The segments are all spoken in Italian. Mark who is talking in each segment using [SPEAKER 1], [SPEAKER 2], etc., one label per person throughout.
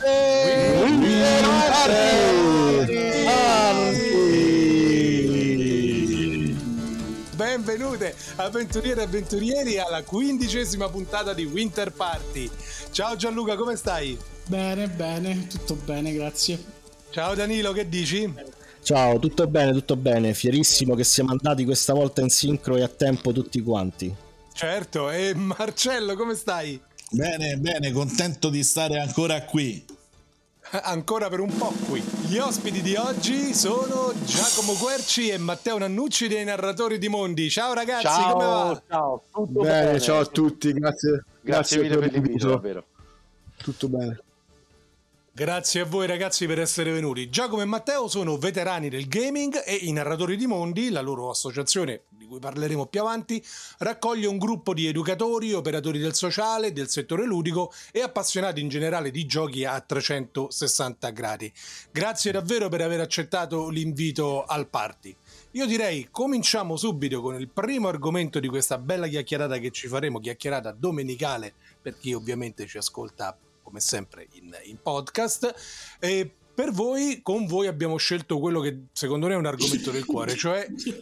[SPEAKER 1] Benvenute avventuriere e avventurieri alla 15ª puntata di Winter Party. Ciao Gianluca, come stai?
[SPEAKER 2] Bene, tutto bene, grazie.
[SPEAKER 1] Ciao Danilo, che dici?
[SPEAKER 3] Ciao, tutto bene, fierissimo che siamo andati questa volta in sincro e a tempo tutti quanti.
[SPEAKER 1] Certo, e Marcello, come stai?
[SPEAKER 4] Bene, contento di stare ancora qui.
[SPEAKER 1] Ancora per un po' qui. Gli ospiti di oggi sono Giacomo Querci e Matteo Nannucci dei Narratori di Mondi. Ciao ragazzi,
[SPEAKER 5] ciao,
[SPEAKER 1] come va?
[SPEAKER 5] Ciao, tutto
[SPEAKER 3] bene, ciao a tutti, grazie
[SPEAKER 5] mille per l'invito, davvero.
[SPEAKER 3] Tutto bene.
[SPEAKER 1] Grazie a voi ragazzi per essere venuti. Giacomo e Matteo sono veterani del gaming e i Narratori di Mondi, la loro associazione, di cui parleremo più avanti, raccoglie un gruppo di educatori, operatori del sociale, del settore ludico e appassionati in generale di giochi a 360 gradi. Grazie davvero per aver accettato l'invito al party. Io direi cominciamo subito con il primo argomento di questa bella chiacchierata che ci faremo, chiacchierata domenicale per chi ovviamente ci ascolta come sempre in podcast. E con voi abbiamo scelto quello che secondo me è un argomento del cuore, cioè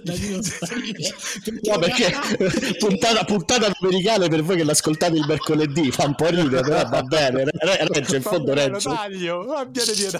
[SPEAKER 3] no, perché puntata domenicale per voi che l'ascoltate il mercoledì fa un po' ridere, però va bene, regge in fondo, regge.
[SPEAKER 1] Taglio, abbiate pietà.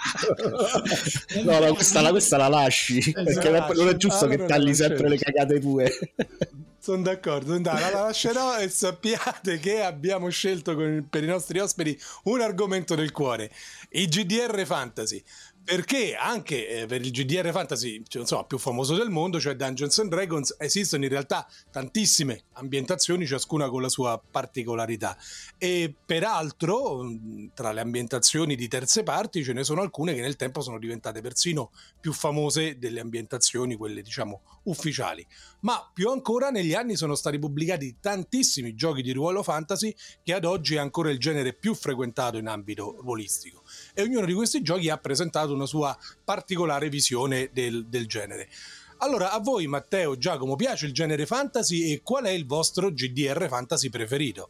[SPEAKER 3] No, questa la lasci, perché non è giusto che tagli sempre le cagate tue.
[SPEAKER 1] Sono d'accordo, la lascerò e sappiate che abbiamo scelto per i nostri ospiti un argomento del cuore, i GDR Fantasy. Perché anche per il GDR Fantasy, insomma, più famoso del mondo, cioè Dungeons and Dragons, esistono in realtà tantissime ambientazioni, ciascuna con la sua particolarità. E peraltro, tra le ambientazioni di terze parti, ce ne sono alcune che nel tempo sono diventate persino più famose delle ambientazioni, quelle diciamo ufficiali. Ma più ancora, negli anni sono stati pubblicati tantissimi giochi di ruolo fantasy, che ad oggi è ancora il genere più frequentato in ambito ruolistico. E ognuno di questi giochi ha presentato una sua particolare visione del genere. Allora, a voi Matteo, Giacomo, piace il genere fantasy e qual è il vostro GDR fantasy preferito?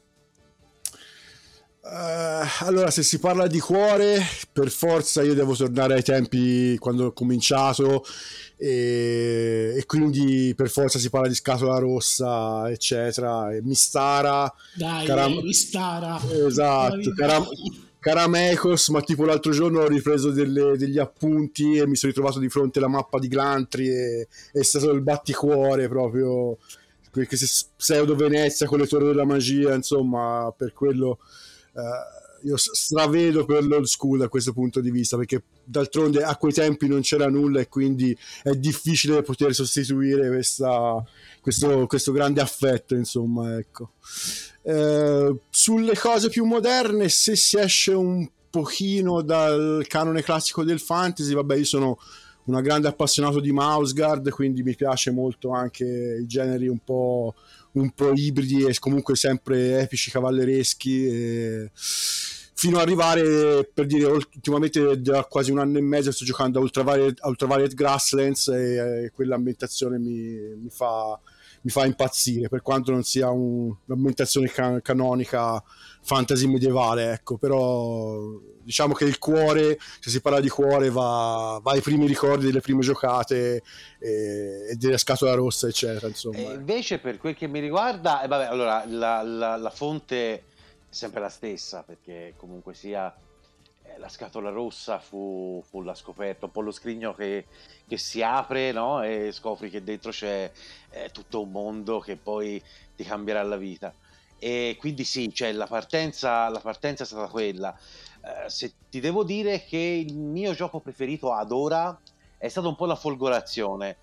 [SPEAKER 6] Allora, se si parla di cuore, per forza io devo tornare ai tempi quando ho cominciato e quindi per forza si parla di Scatola Rossa, eccetera, e Mistara.
[SPEAKER 2] Dai, Mistara.
[SPEAKER 6] Esatto, Karamekos, ma tipo l'altro giorno ho ripreso degli appunti e mi sono ritrovato di fronte alla mappa di Glantri e è stato il batticuore proprio, perché pseudo Venezia con le torri della magia, insomma, per quello io stravedo per l'old school da questo punto di vista, perché d'altronde a quei tempi non c'era nulla e quindi è difficile poter sostituire questo grande affetto, insomma, ecco. Sulle cose più moderne, se si esce un pochino dal canone classico del fantasy, vabbè, io sono un grande appassionato di Mouseguard, quindi mi piace molto anche i generi un po' ibridi e comunque sempre epici, cavallereschi, fino ad arrivare, per dire, ultimamente da quasi un anno e mezzo sto giocando a Ultraviolet Grasslands e quell'ambientazione mi fa impazzire, per quanto non sia un'ambientazione canonica fantasy medievale, ecco. Però diciamo che il cuore, se si parla di cuore, va ai primi ricordi delle prime giocate e della Scatola Rossa, eccetera, insomma.
[SPEAKER 5] E invece per quel che mi riguarda, vabbè, allora la fonte è sempre la stessa, perché comunque sia la Scatola Rossa fu la scoperta, un po' lo scrigno che si apre, no? E scopri che dentro c'è tutto un mondo che poi ti cambierà la vita. E quindi sì, cioè la partenza è stata quella. Se ti devo dire che il mio gioco preferito ad ora è stato un po' la folgorazione,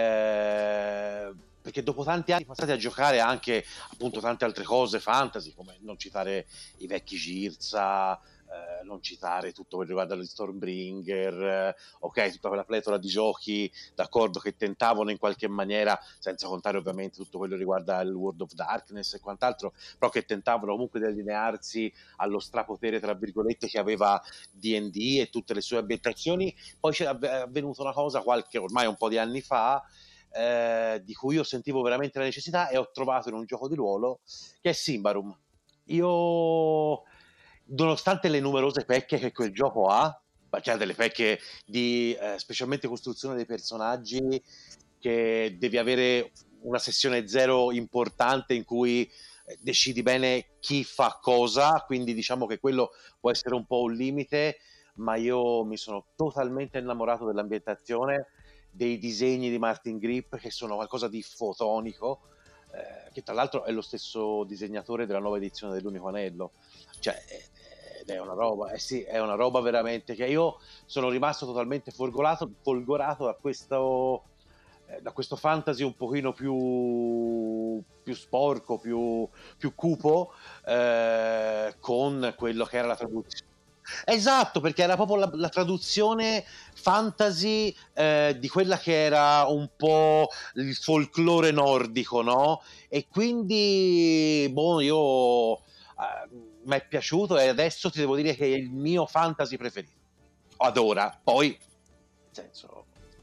[SPEAKER 5] perché dopo tanti anni passati a giocare anche appunto tante altre cose fantasy, come non citare i vecchi Girza, non citare tutto quello che riguarda gli Stormbringer, ok, tutta quella pletora di giochi, d'accordo, che tentavano in qualche maniera, senza contare ovviamente tutto quello che riguarda il World of Darkness e quant'altro, però che tentavano comunque di allinearsi allo strapotere tra virgolette che aveva D&D e tutte le sue ambientazioni. Poi c'è avvenuta una cosa ormai un po' di anni fa, di cui io sentivo veramente la necessità e ho trovato in un gioco di ruolo che è Symbaroum. Io nonostante le numerose pecche che quel gioco ha, cioè delle pecche di specialmente costruzione dei personaggi, che devi avere una sessione zero importante in cui decidi bene chi fa cosa, quindi diciamo che quello può essere un po' un limite, ma io mi sono totalmente innamorato dell'ambientazione, dei disegni di Martin Grip, che sono qualcosa di fotonico, che tra l'altro è lo stesso disegnatore della nuova edizione dell'Unico Anello, cioè ed è una roba, sì, è una roba veramente che io sono rimasto totalmente folgorato da questo fantasy un pochino più sporco, più cupo, con quello che era la traduzione. Esatto, perché era proprio la traduzione fantasy di quella che era un po' il folklore nordico, no? E quindi, boh, io mi è piaciuto e adesso ti devo dire che è il mio fantasy preferito. Ad ora, poi, nel senso...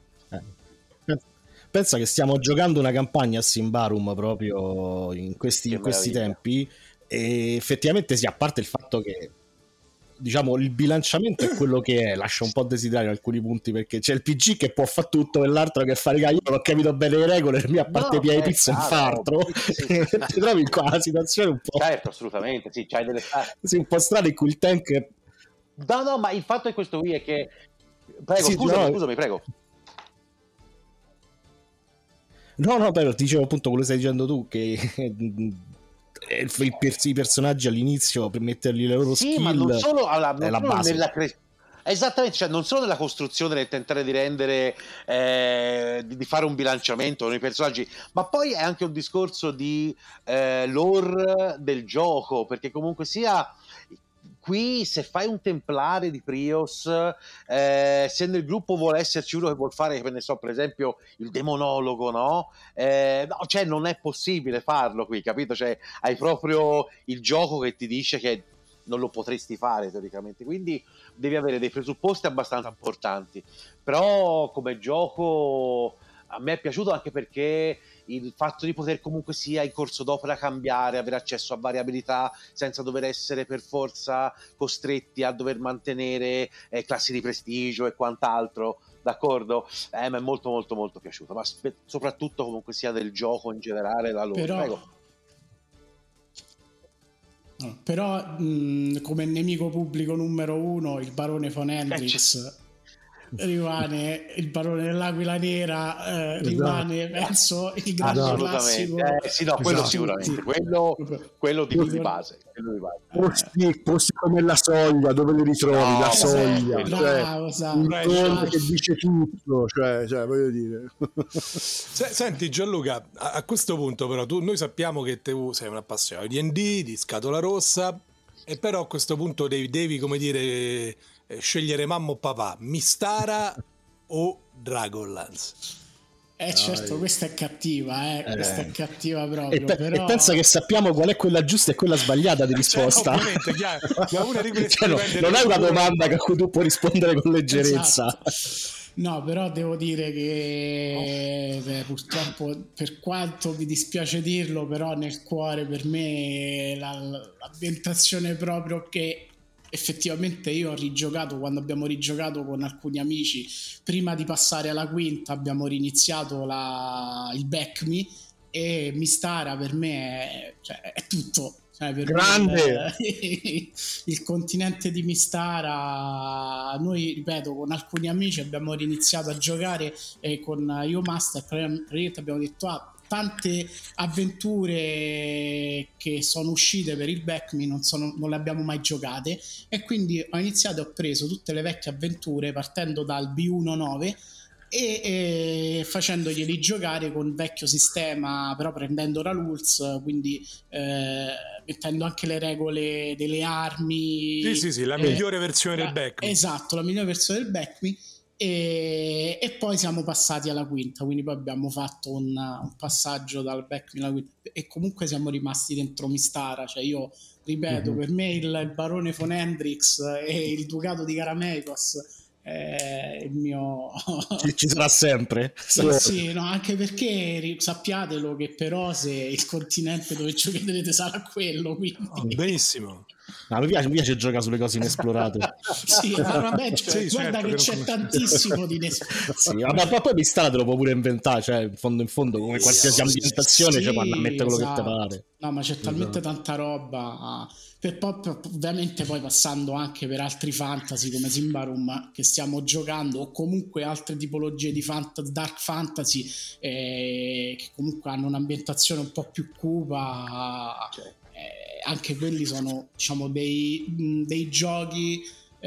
[SPEAKER 3] Pensa che stiamo giocando una campagna a Symbaroum proprio in questi tempi, e effettivamente sì, a parte il fatto che diciamo il bilanciamento è quello che è, lascia un po' desiderare in alcuni punti, perché c'è il PG che può fare tutto e l'altro che fa io non ho capito bene le regole, per me a parte pia pizza e infarto, ti trovi in qua una situazione un po',
[SPEAKER 5] certo, assolutamente, sì, c'hai delle
[SPEAKER 3] sì, un po' strane in cui il tank
[SPEAKER 5] no, ma il fatto è questo qui, è che prego, sì, scusami, prego.
[SPEAKER 3] No, però ti dicevo appunto quello che stai dicendo tu, che i personaggi all'inizio per mettergli le loro skill,
[SPEAKER 5] ma non solo,
[SPEAKER 3] è la base.
[SPEAKER 5] Esattamente, cioè non solo nella costruzione, nel tentare di rendere di fare un bilanciamento nei personaggi, ma poi è anche un discorso di lore del gioco, perché comunque sia qui se fai un templare di Prios, se nel gruppo vuole esserci uno che vuol fare, che ne so, per esempio il demonologo, no? No, cioè non è possibile farlo qui, capito? Cioè hai proprio il gioco che ti dice che non lo potresti fare teoricamente, quindi devi avere dei presupposti abbastanza importanti, però come gioco a me è piaciuto anche perché il fatto di poter comunque sia in corso d'opera cambiare, avere accesso a variabilità senza dover essere per forza costretti a dover mantenere classi di prestigio e quant'altro, d'accordo? Mi è molto molto molto piaciuto, ma soprattutto comunque sia del gioco in generale, la loro.
[SPEAKER 2] Però come nemico pubblico numero 1 il barone von Hendrix rimane il barone dell'Aquila Nera, rimane penso il grande classico.
[SPEAKER 5] Sì, no, quello sicuramente, quello di base.
[SPEAKER 6] Posti come la Soglia, dove li ritrovi? La Soglia, cioè, che dice tutto, cioè voglio dire.
[SPEAKER 1] Senti Gianluca, a questo punto però noi sappiamo che tu sei un appassionato di D&D, di Scatola Rossa, e però a questo punto devi come dire scegliere mamma o papà, Mystara o Dragonlance.
[SPEAKER 2] Certo, questa è cattiva, questa è cattiva proprio.
[SPEAKER 3] Però... E pensa che sappiamo qual è quella giusta e quella sbagliata di risposta.
[SPEAKER 1] Ovviamente, chiaro. Ma una di queste
[SPEAKER 3] non è una domanda a cui tu puoi rispondere con leggerezza.
[SPEAKER 2] Esatto. No, però devo dire che purtroppo, per quanto mi dispiace dirlo, però nel cuore per me l'ambientazione proprio che effettivamente io ho rigiocato, quando abbiamo rigiocato con alcuni amici prima di passare alla quinta, abbiamo riniziato il Back Me, e Mystara per me è tutto. Per
[SPEAKER 6] grande
[SPEAKER 2] il continente di Mystara. Noi, ripeto, con alcuni amici abbiamo riniziato a giocare con Io Master, praticamente abbiamo detto tante avventure che sono uscite per il Back Me non le abbiamo mai giocate, e quindi ho iniziato e ho preso tutte le vecchie avventure partendo dal B1.9 e facendoglieli giocare con il vecchio sistema, però prendendo la rules, quindi mettendo anche le regole delle armi.
[SPEAKER 1] Sì, la migliore versione del Back Me.
[SPEAKER 2] Esatto, la migliore versione del Back Me. E poi siamo passati alla quinta, quindi poi abbiamo fatto un passaggio dal Back Me alla quinta, e comunque siamo rimasti dentro Mystara. Cioè io ripeto, per me il barone von Hendrix e il ducato di Karameikos il mio
[SPEAKER 3] ci sarà sempre.
[SPEAKER 2] Sì, no, anche perché sappiatelo che per Ose il continente dove giocherete sarà quello, quindi.
[SPEAKER 1] Benissimo.
[SPEAKER 3] No, mi piace giocare sulle cose inesplorate.
[SPEAKER 2] Sì, vabbè,
[SPEAKER 1] Sì,
[SPEAKER 2] guarda
[SPEAKER 1] certo,
[SPEAKER 2] che c'è tantissimo di
[SPEAKER 3] Sì, vabbè, poi Mistara te lo può pure inventare, cioè in fondo come qualsiasi ambientazione, cioè vanno a mettere quello che te pare.
[SPEAKER 2] No, ma c'è talmente tanta roba. Ovviamente poi passando anche per altri fantasy come Symbaroum che stiamo giocando, o comunque altre tipologie di dark fantasy che comunque hanno un'ambientazione un po' più cupa. Anche quelli sono, diciamo, dei giochi,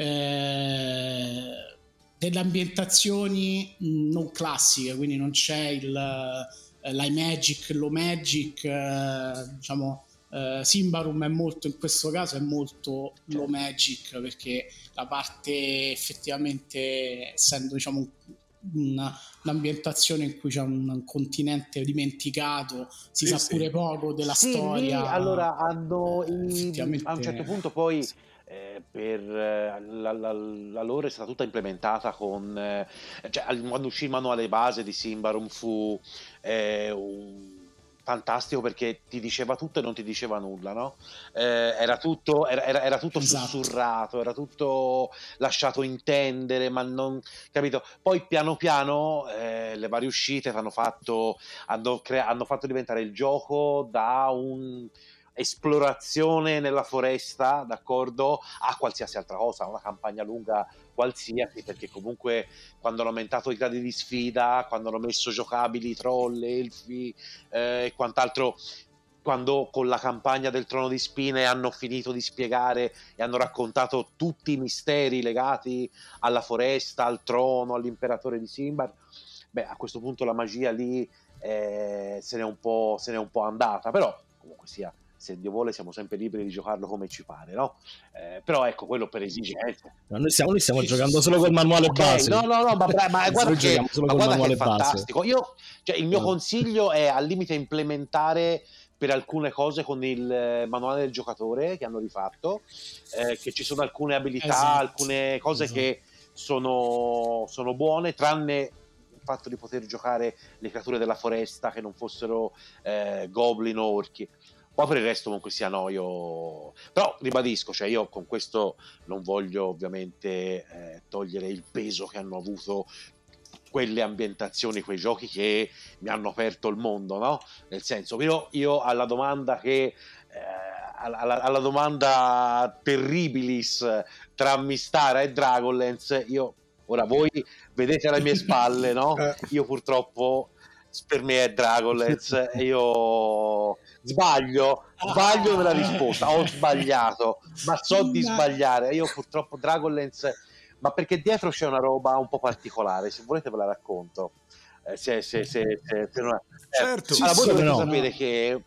[SPEAKER 2] delle ambientazioni non classiche, quindi non c'è l'iMagic, low magic, diciamo. Symbaroum è molto, in questo caso è molto low magic, perché la parte effettivamente, essendo, diciamo, un'ambientazione in cui c'è un continente dimenticato, si sa pure poco della storia.
[SPEAKER 5] Lì, allora hanno
[SPEAKER 2] effettivamente
[SPEAKER 5] a un certo punto poi per la lore è stata tutta implementata con cioè, quando uscì il manuale base di Symbaroum fu fantastico, perché ti diceva tutto e non ti diceva nulla, no? Era tutto
[SPEAKER 2] Esatto.
[SPEAKER 5] sussurrato, era tutto lasciato intendere, ma non capito. Poi piano piano le varie uscite hanno fatto diventare il gioco da esplorazione nella foresta, d'accordo, a qualsiasi altra cosa, una campagna lunga qualsiasi, perché comunque quando hanno aumentato i gradi di sfida, quando hanno messo giocabili troll, elfi e quant'altro, quando con la campagna del Trono di Spine hanno finito di spiegare e hanno raccontato tutti i misteri legati alla foresta, al trono, all'imperatore di Simbar, beh, a questo punto la magia lì se n'è un po' andata, però comunque sia, se Dio vuole siamo sempre liberi di giocarlo come ci pare, no? Però ecco, quello per esigenze.
[SPEAKER 3] No, noi stiamo giocando solo col manuale base.
[SPEAKER 5] No, ma guarda che, è
[SPEAKER 3] base.
[SPEAKER 5] fantastico. Il mio consiglio è al limite implementare per alcune cose con il manuale del giocatore che hanno rifatto, che ci sono alcune abilità, alcune cose che sono buone, tranne il fatto di poter giocare le creature della foresta che non fossero goblin o orchi. Poi per il resto comunque sia noio, però ribadisco, cioè io con questo non voglio ovviamente togliere il peso che hanno avuto quelle ambientazioni, quei giochi che mi hanno aperto il mondo, no? Nel senso, io alla domanda che alla domanda terribilis tra Mistara e Dragonlance, io ora voi vedete alle mie spalle, no? Io purtroppo per me è Dragonlance e io sbaglio nella risposta, ho sbagliato, ma so di sbagliare. Io purtroppo Dragonlance, ma perché dietro c'è una roba un po' particolare, se volete ve la racconto.
[SPEAKER 1] Certo.
[SPEAKER 5] Allora, voi dovete sapere che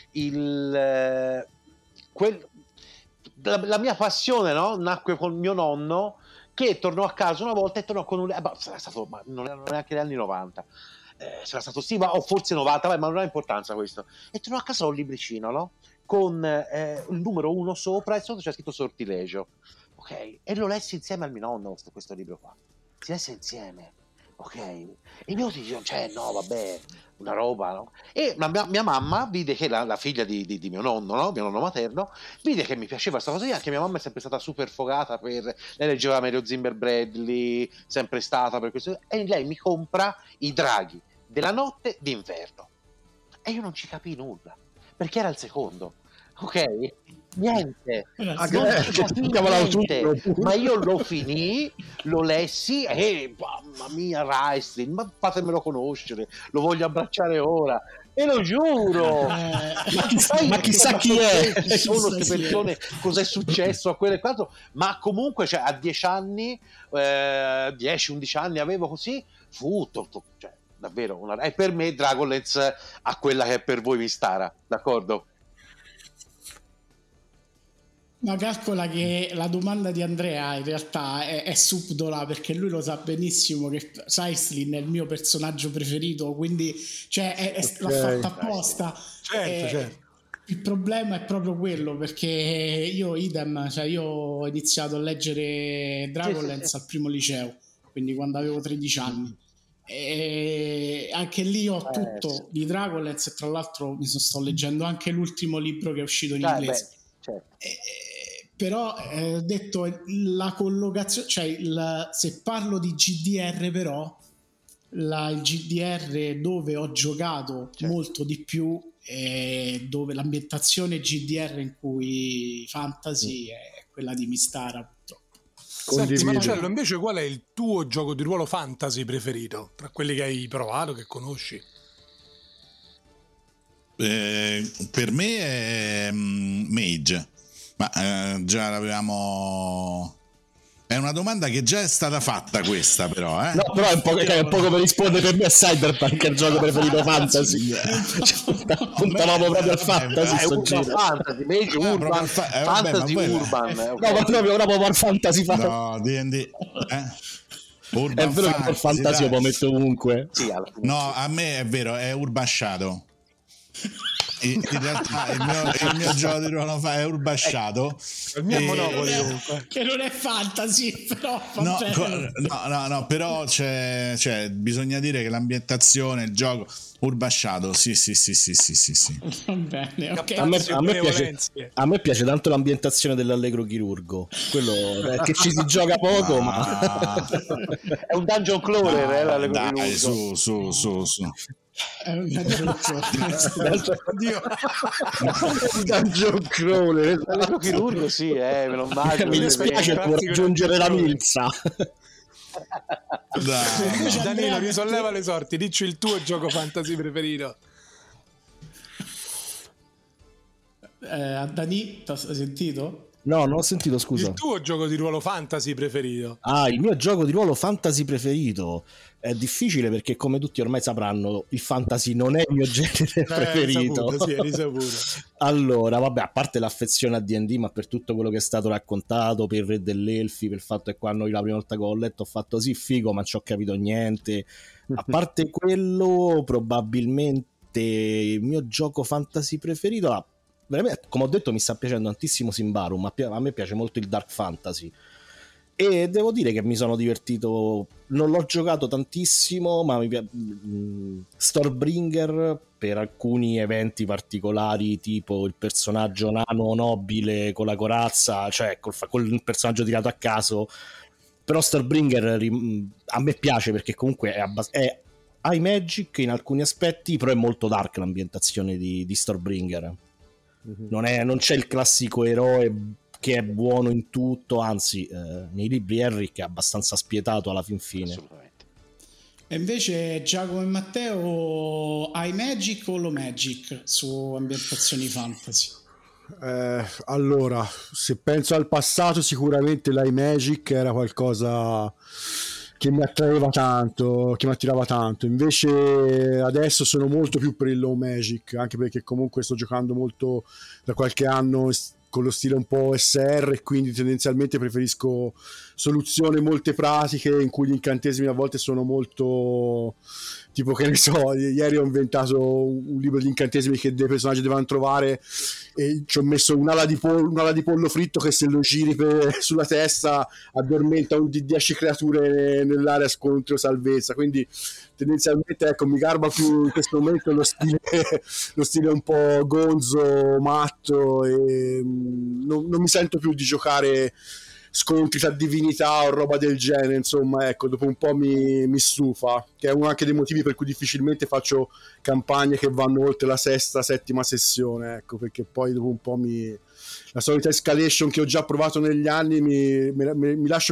[SPEAKER 5] la mia passione, no, nacque con mio nonno, che tornò a casa una volta e tornò con ma non erano neanche gli anni 90. Sarà stato sì, o forse 90, ma non ha importanza questo. E tornò a casa un libricino, no? Con il numero 1 sopra e sotto c'è scritto Sortilegio, ok? E lo lessi insieme al mio nonno questo libro qua. Si lesse insieme, ok? E io ti dico, cioè, no, vabbè, una roba, no? E mia mamma vide che la figlia di mio nonno, no? Mio nonno materno, vide che mi piaceva questa cosa lì, anche mia mamma è sempre stata super fogata lei leggeva Mario Zimmer Bradley, sempre stata per questo, e lei mi compra I draghi della notte d'inverno. E io non ci capii nulla, perché era il secondo, ok? Niente, ma io lo finì, lo lessi e mamma mia, Raistlin, ma fatemelo conoscere, lo voglio abbracciare ora, e lo giuro.
[SPEAKER 3] Ma chissà chi è,
[SPEAKER 5] chi sono queste persone, cos'è successo a quelle quattro, ma comunque cioè, a 10 anni 10-11 anni avevo, così fu tutto, cioè, davvero e per me Dragonlance ha quella che è per voi Mistara, d'accordo?
[SPEAKER 2] Ma calcola che la domanda di Andrea in realtà è subdola, perché lui lo sa benissimo che Raistlin è il mio personaggio preferito, quindi cioè, l'ha fatta apposta.
[SPEAKER 1] Certo.
[SPEAKER 2] Il problema è proprio quello, perché io idem, cioè io ho iniziato a leggere Dragonlance al primo liceo, quindi quando avevo 13 anni. E anche lì ho tutto di Dragonlance, e tra l'altro sto leggendo anche l'ultimo libro che è uscito in inglese.
[SPEAKER 5] Certo.
[SPEAKER 2] Però ho detto la collocazione, cioè se parlo di GDR, però il GDR dove ho giocato molto di più, dove l'ambientazione GDR in cui fantasy è quella di Mistara, purtroppo.
[SPEAKER 1] Senti Marcello, invece qual è il tuo gioco di ruolo fantasy preferito tra quelli che hai provato, che conosci?
[SPEAKER 4] Per me è Mage, ma già l'avevamo. È una domanda che già è stata fatta questa, però.
[SPEAKER 3] No, però è un po' come rispondere per me a Cyberpunk, è il gioco preferito fantasy. Puntavamo proprio al fantasy.
[SPEAKER 5] È Urban Fantasy, Mage Urban Fantasy Urban.
[SPEAKER 3] No, ma proprio al fantasy.
[SPEAKER 4] No, D&D.
[SPEAKER 3] Urban è vero che il fantasy lo metto ovunque.
[SPEAKER 5] Sì,
[SPEAKER 4] no, a me è vero, è Urban Shadow. In realtà il mio gioco di ruolo è Urban Shadow,
[SPEAKER 1] il mio Monopoli comunque,
[SPEAKER 2] che non è fantasy, però
[SPEAKER 4] no, però c'è bisogna dire che l'ambientazione, il gioco Urban Shadow, sì.
[SPEAKER 2] Va bene, okay.
[SPEAKER 3] A me piace tanto l'ambientazione dell'Allegro Chirurgo, quello che ci si gioca poco, ma
[SPEAKER 5] è un dungeon crawler, l'Allegro Chirurgo.
[SPEAKER 4] Su.
[SPEAKER 2] È un dungeon
[SPEAKER 3] crawler.
[SPEAKER 5] L'Allegro Chirurgo, sì, me lo immagino.
[SPEAKER 3] Mi dispiace per raggiungere la milza.
[SPEAKER 1] Danilo, risolleva le sorti, dici il tuo gioco fantasy preferito.
[SPEAKER 2] Dani, hai sentito?
[SPEAKER 3] No, non ho sentito, scusa.
[SPEAKER 1] Il tuo gioco di ruolo fantasy preferito?
[SPEAKER 3] Il mio gioco di ruolo fantasy preferito è difficile perché, come tutti ormai sapranno, il fantasy non è il mio genere preferito.
[SPEAKER 1] Risaputo.
[SPEAKER 3] Allora, vabbè, a parte l'affezione a D&D, ma per tutto quello che è stato raccontato, per il Re dell'Elfi, per il fatto che quando la prima volta che ho letto ho fatto sì, figo, ma non ci ho capito niente. A parte quello, probabilmente il mio gioco fantasy preferito, veramente, come ho detto, mi sta piacendo tantissimo Symbaroum, a me piace molto il dark fantasy e devo dire che mi sono divertito. Non l'ho giocato tantissimo, ma mi piace Stormbringer per alcuni eventi particolari, tipo il personaggio nano nobile con la corazza, cioè col personaggio tirato a caso. Però Stormbringer a me piace perché comunque è high magic in alcuni aspetti, però è molto dark l'ambientazione di Stormbringer. Non c'è il classico eroe che è buono in tutto, anzi nei libri Eric è abbastanza spietato alla fin fine.
[SPEAKER 5] Assolutamente.
[SPEAKER 2] E invece Giacomo e Matteo, high magic o low magic su ambientazioni fantasy?
[SPEAKER 6] Allora, se penso al passato, sicuramente l'high magic era qualcosa che mi attraeva tanto, che mi attirava tanto. Invece adesso sono molto più per il low magic, anche perché comunque sto giocando molto da qualche anno con lo stile un po' SR, e quindi tendenzialmente preferisco soluzioni molte pratiche in cui gli incantesimi a volte sono molto, tipo, che ne so, ieri ho inventato un libro di incantesimi che dei personaggi devono trovare e ci ho messo un'ala di pollo fritto che se lo giri sulla testa addormenta un di 10 creature nell'area scontro salvezza, quindi tendenzialmente, ecco, mi garba più in questo momento lo stile un po' gonzo, matto, e non mi sento più di giocare scontri tra divinità o roba del genere, insomma, ecco, dopo un po' mi stufa, che è uno anche dei motivi per cui difficilmente faccio campagne che vanno oltre la settima sessione, ecco, perché poi dopo un po' la solita escalation che ho già provato negli anni mi lascia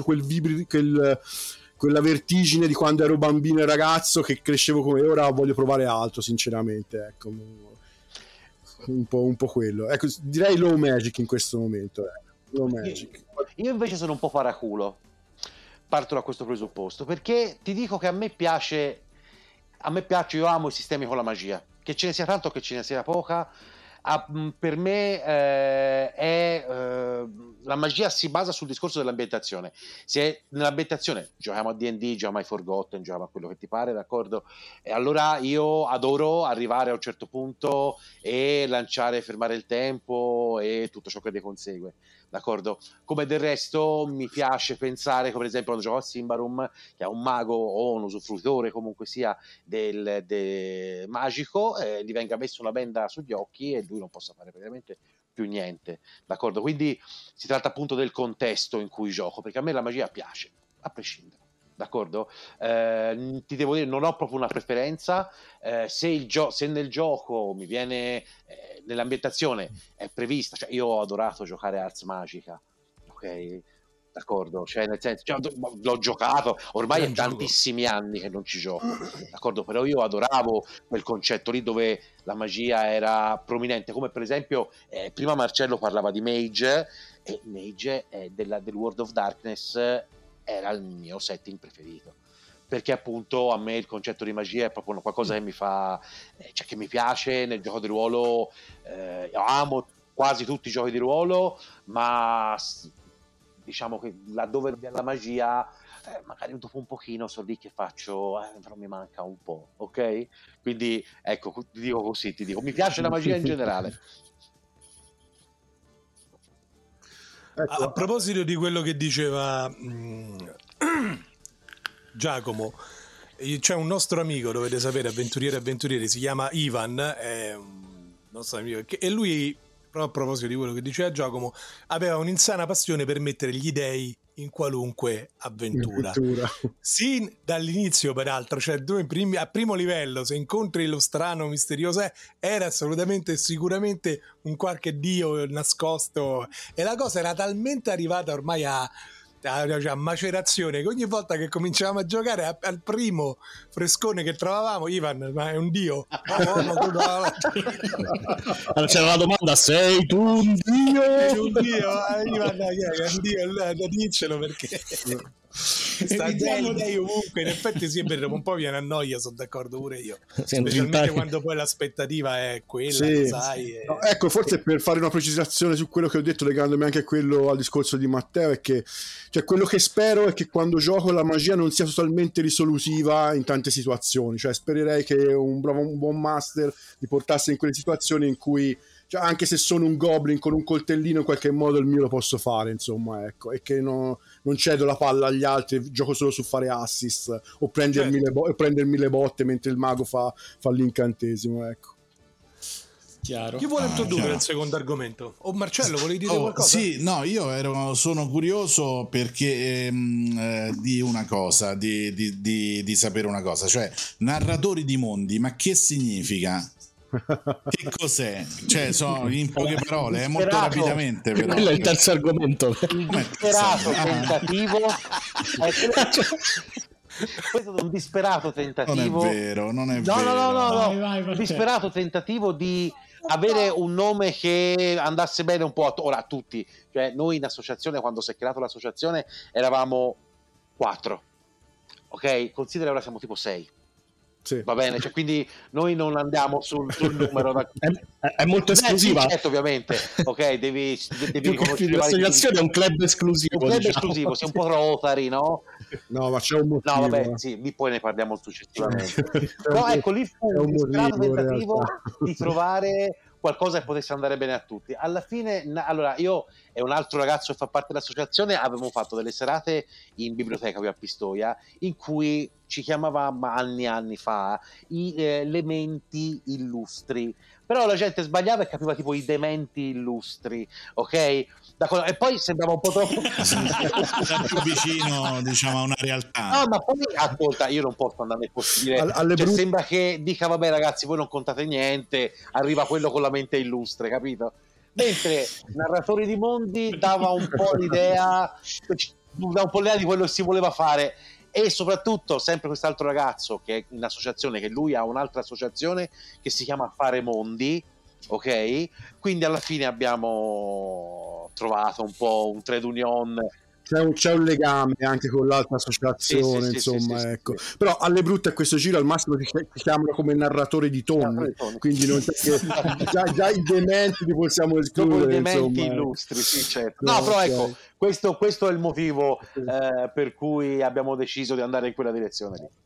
[SPEAKER 6] quella vertigine di quando ero bambino e ragazzo, che crescevo come ora, voglio provare altro, sinceramente, ecco, un po' quello, ecco, direi low magic in questo momento, low magic.
[SPEAKER 5] Io invece sono un po' paraculo, parto da questo presupposto, perché ti dico che a me piace, io amo i sistemi con la magia, che ce ne sia tanto o che ce ne sia poca. Per me la magia si basa sul discorso dell'ambientazione. Se nell'ambientazione giochiamo a D&D, giochiamo ai Forgotten, giochiamo a quello che ti pare, d'accordo? E allora io adoro arrivare a un certo punto e fermare il tempo e tutto ciò che ne consegue, d'accordo? Come del resto mi piace pensare, come ad esempio quando gioco a Symbaroum, che è un mago o un usufruitore comunque sia del magico, gli venga messo una benda sugli occhi e lui non possa fare praticamente più niente, d'accordo? Quindi si tratta appunto del contesto in cui gioco, perché a me la magia piace, a prescindere, d'accordo? Ti devo dire, non ho proprio una preferenza, se nel gioco mi viene, nell'ambientazione è prevista, cioè io ho adorato giocare Ars Magica, ok? D'accordo, cioè nel senso, cioè, l'ho giocato, ormai è tantissimi anni che non ci gioco, d'accordo, però io adoravo quel concetto lì dove la magia era prominente, come per esempio prima Marcello parlava di Mage, e Mage del World of Darkness era il mio setting preferito, perché appunto a me il concetto di magia è proprio qualcosa che mi fa, cioè che mi piace nel gioco di ruolo. Io amo quasi tutti i giochi di ruolo, ma diciamo che laddove c'è la magia, magari dopo un pochino sono lì che faccio, però mi manca un po', ok? Quindi ecco, ti dico così, mi piace la magia in generale.
[SPEAKER 1] Ecco. A proposito di quello che diceva Giacomo, c'è un nostro amico, dovete sapere, avventuriere, si chiama Ivan, è un nostro amico, e lui, proprio a proposito di quello che diceva Giacomo, aveva un'insana passione per mettere gli dei in qualunque avventura. Sin dall'inizio, peraltro, cioè tu a primo livello, se incontri lo strano misterioso, era assolutamente sicuramente un qualche dio nascosto, e la cosa era talmente arrivata ormai a macerazione che ogni volta che cominciavamo a giocare al primo frescone che trovavamo, Ivan, ma è un dio?
[SPEAKER 3] Allora c'era la domanda: sei tu un dio?
[SPEAKER 1] Sei un dio? Ivan, è un dio, dicelo, perché sta dei ovunque. In effetti sì, è vero, un po' viene a noia, sono d'accordo pure io, specialmente quando poi l'aspettativa è quella,
[SPEAKER 6] sì.
[SPEAKER 1] Sai,
[SPEAKER 6] no, ecco, forse per fare una precisazione su quello che ho detto, legandomi anche al discorso di Matteo, è che cioè, quello che spero è che quando gioco la magia non sia totalmente risolutiva in tante situazioni, cioè spererei che un buon master mi portasse in quelle situazioni in cui, cioè, anche se sono un goblin con un coltellino, in qualche modo il mio lo posso fare, insomma, ecco, e che non cedo la palla agli altri, gioco solo su fare assist o prendermi le botte mentre il mago fa l'incantesimo, ecco.
[SPEAKER 1] Chiaro. Chi vuole introdurre il secondo argomento? O Marcello, volevi dire qualcosa?
[SPEAKER 4] Sì, no, io sono curioso perché di una cosa, di sapere una cosa, cioè narratori di mondi, ma che significa? Che cos'è? Cioè, sono in poche parole, molto rapidamente, però.
[SPEAKER 3] Quello è il terzo argomento.
[SPEAKER 5] Il disperato tentativo. Questo è un disperato tentativo.
[SPEAKER 4] Non è vero.
[SPEAKER 5] No. Un disperato tentativo di avere un nome che andasse bene un po' a tutti. Cioè, noi in associazione, quando si è creato l'associazione, eravamo 4. Ok? Considera, ora siamo tipo 6.
[SPEAKER 6] Sì.
[SPEAKER 5] Va bene, cioè, quindi noi non andiamo sul numero
[SPEAKER 3] è molto esclusiva.
[SPEAKER 5] Sì, certo, ovviamente, ok, devi riconoscere
[SPEAKER 3] l'associazione è un club esclusivo,
[SPEAKER 5] esclusivo, sei un po' Rotary, no?
[SPEAKER 6] No, ma c'è un motivo.
[SPEAKER 5] No, vabbè, sì, lì poi ne parliamo successivamente. Però ecco, lì fu un disperato tentativo di trovare qualcosa che potesse andare bene a tutti. Alla fine, allora, io e un altro ragazzo che fa parte dell'associazione avevamo fatto delle serate in biblioteca qui a Pistoia, in cui ci chiamavamo anni fa le menti illustri, però la gente sbagliava e capiva tipo i dementi illustri, ok? E poi sembrava un po' troppo
[SPEAKER 4] più vicino, diciamo, a una realtà.
[SPEAKER 5] No, ma poi ascolta, io non posso andare possibile, cioè, sembra che dica vabbè ragazzi, voi non contate niente, arriva quello con la mente illustre, capito? Mentre Narratori di Mondi dava un po' l'idea di quello che si voleva fare. E soprattutto sempre quest'altro ragazzo che è in associazione, che lui ha un'altra associazione che si chiama Fare Mondi, ok? Quindi alla fine abbiamo trovato un po' un trade union.
[SPEAKER 6] C'è un legame anche con l'altra associazione, insomma, ecco. Però alle brutte a questo giro al massimo ti chiamano come narratore di tonni, quindi non c'è che già i dementi li possiamo escludere,
[SPEAKER 5] i dementi illustri, sì, certo. No, però ecco, questo è il motivo per cui abbiamo deciso di andare in quella direzione lì.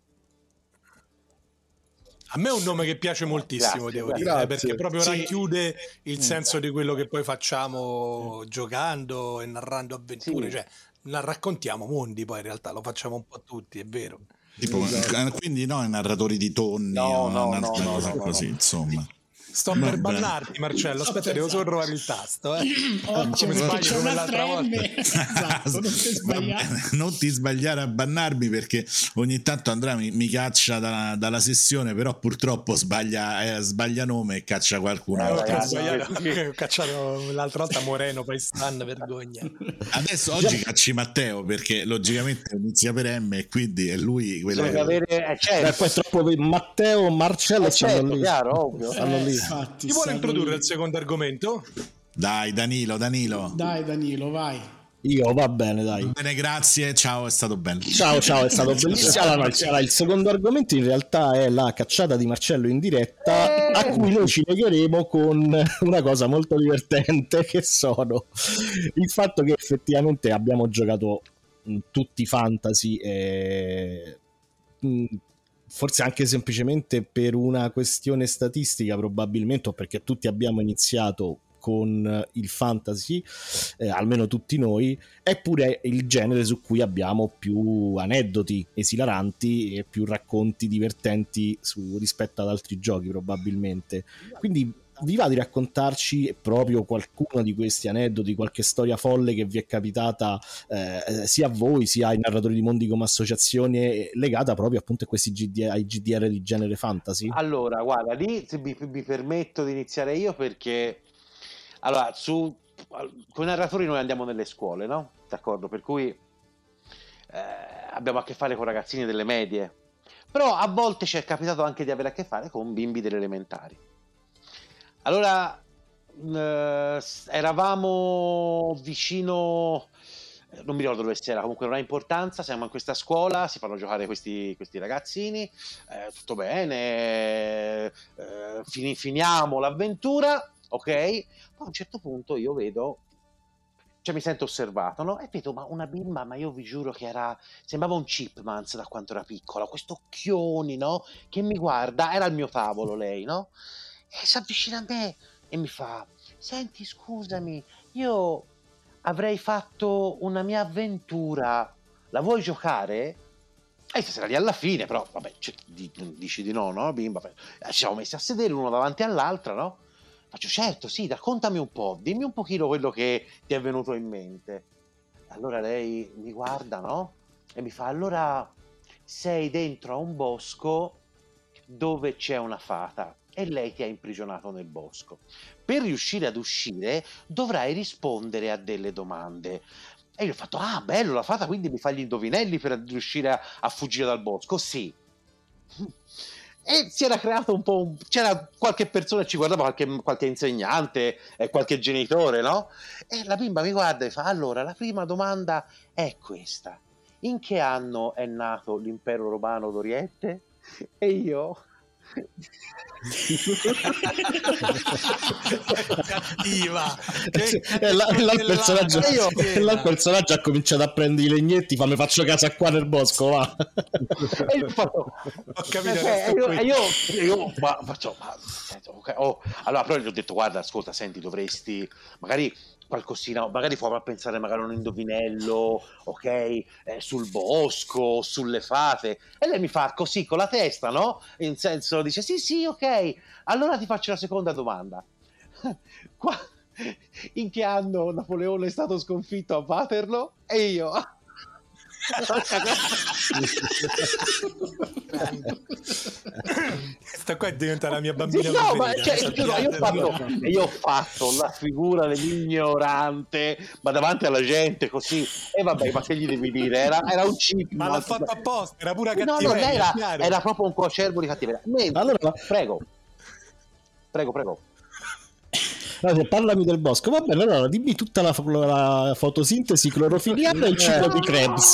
[SPEAKER 1] A me è un nome che piace moltissimo, devo dire, perché proprio racchiude il senso di quello che poi facciamo giocando e narrando avventure, cioè raccontiamo mondi, poi in realtà lo facciamo un po' tutti, è vero.
[SPEAKER 4] Tipo, quindi no, i narratori di tonni,
[SPEAKER 5] no,
[SPEAKER 4] così, insomma.
[SPEAKER 1] Sto per bannarti, Marcello. Aspetta, devo solo trovare il tasto.
[SPEAKER 2] Ottimo,
[SPEAKER 1] Come
[SPEAKER 2] perché c'è
[SPEAKER 1] come
[SPEAKER 2] un'altra
[SPEAKER 1] l'altra
[SPEAKER 2] M.
[SPEAKER 1] volta.
[SPEAKER 2] Esatto, non ti sbagliare.
[SPEAKER 4] Non ti sbagliare a bannarmi, perché ogni tanto Andrea mi caccia dalla sessione, però purtroppo sbaglia nome e caccia qualcuno.
[SPEAKER 5] Ragazzi,
[SPEAKER 1] Ho
[SPEAKER 5] ragazzi,
[SPEAKER 1] sbagliato,
[SPEAKER 5] sì.
[SPEAKER 1] ho cacciato l'altra volta Moreno, Paistan, vergogna.
[SPEAKER 4] Adesso oggi cacci Matteo, perché logicamente inizia per M e quindi è lui quello
[SPEAKER 5] Bisogna avere
[SPEAKER 3] Beh, poi è troppo Matteo, Marcello stanno
[SPEAKER 5] certo,
[SPEAKER 3] lì.
[SPEAKER 5] chiaro, ovvio.
[SPEAKER 3] Stanno lì.
[SPEAKER 2] Infatti,
[SPEAKER 1] Chi vuole
[SPEAKER 2] stanno
[SPEAKER 1] introdurre
[SPEAKER 2] lì.
[SPEAKER 1] il secondo argomento?
[SPEAKER 4] Dai, Danilo.
[SPEAKER 2] Dai Danilo, vai.
[SPEAKER 3] Io, va bene, dai.
[SPEAKER 4] Bene, grazie, ciao, è stato bello.
[SPEAKER 3] Ciao, è stato bellissimo. Allora, il secondo argomento in realtà è la cacciata di Marcello in diretta, a cui noi ci legheremo con una cosa molto divertente, che sono il fatto che effettivamente abbiamo giocato tutti fantasy forse anche semplicemente per una questione statistica probabilmente, o perché tutti abbiamo iniziato con il fantasy, almeno tutti noi, eppure è il genere su cui abbiamo più aneddoti esilaranti e più racconti divertenti rispetto ad altri giochi probabilmente. Quindi vi va di raccontarci proprio qualcuno di questi aneddoti, qualche storia folle che vi è capitata sia a voi sia ai narratori di mondi come associazione, legata proprio appunto a questi ai GDR di genere fantasy?
[SPEAKER 5] Allora, guarda, lì mi permetto di iniziare io perché allora, con i narratori noi andiamo nelle scuole, no? D'accordo? Per cui abbiamo a che fare con ragazzini delle medie, però a volte ci è capitato anche di avere a che fare con bimbi delle elementari. Allora, eravamo vicino, non mi ricordo dove era, comunque non ha importanza, siamo in questa scuola, si fanno giocare questi ragazzini, tutto bene, finiamo l'avventura, ok? Poi a un certo punto io vedo, cioè mi sento osservato, no? E vedo una bimba, ma io vi giuro che sembrava un Chipmans da quanto era piccola, questo occhioni, no? Che mi guarda, era al mio tavolo lei, no? E si avvicina a me e mi fa: senti, scusami, io avrei fatto una mia avventura, la vuoi giocare? E sarà lì alla fine, però vabbè, dici di no, no, bimba? Ci siamo messi a sedere l'uno davanti all'altra, no? Faccio: certo, sì, raccontami un po', dimmi un pochino quello che ti è venuto in mente. Allora lei mi guarda, no? E mi fa: allora sei dentro a un bosco dove c'è una fata e lei ti ha imprigionato nel bosco. Per riuscire ad uscire dovrai rispondere a delle domande. E io ho fatto: ah, bello, la fata quindi mi fa gli indovinelli per riuscire a fuggire dal bosco? Sì. E si era creato un po' c'era qualche persona che ci guardava, qualche insegnante, qualche genitore, no? E la bimba mi guarda e fa: allora, la prima domanda è questa: in che anno è nato l'impero romano d'Oriente? E io
[SPEAKER 1] cattiva,
[SPEAKER 3] il personaggio ha cominciato a prendere i legnetti, mi faccio casa qua nel bosco, va.
[SPEAKER 5] E io ho capito, io faccio, okay, allora però gli ho detto: guarda, ascolta, senti, dovresti magari qualcosina, magari proviamo a pensare magari a un indovinello, ok, sul bosco, sulle fate. E lei mi fa così con la testa, no? In senso, dice: sì, ok, allora ti faccio la seconda domanda. In che anno Napoleone è stato sconfitto a Waterloo? E io
[SPEAKER 1] questa qua diventa la mia bambina
[SPEAKER 5] no,
[SPEAKER 1] preferita,
[SPEAKER 5] ma io ho fatto la figura dell'ignorante, ma davanti alla gente così. E vabbè, ma che gli devi dire? Era un chip,
[SPEAKER 1] ma l'ha fatto apposta, era pura
[SPEAKER 5] no,
[SPEAKER 1] cattiveria.
[SPEAKER 5] non era proprio un coacervo di cattiveria.
[SPEAKER 3] Allora,
[SPEAKER 5] prego.
[SPEAKER 3] Allora, parlami del bosco, va bene, allora dimmi tutta la fotosintesi clorofiliana e il ciclo di Krebs.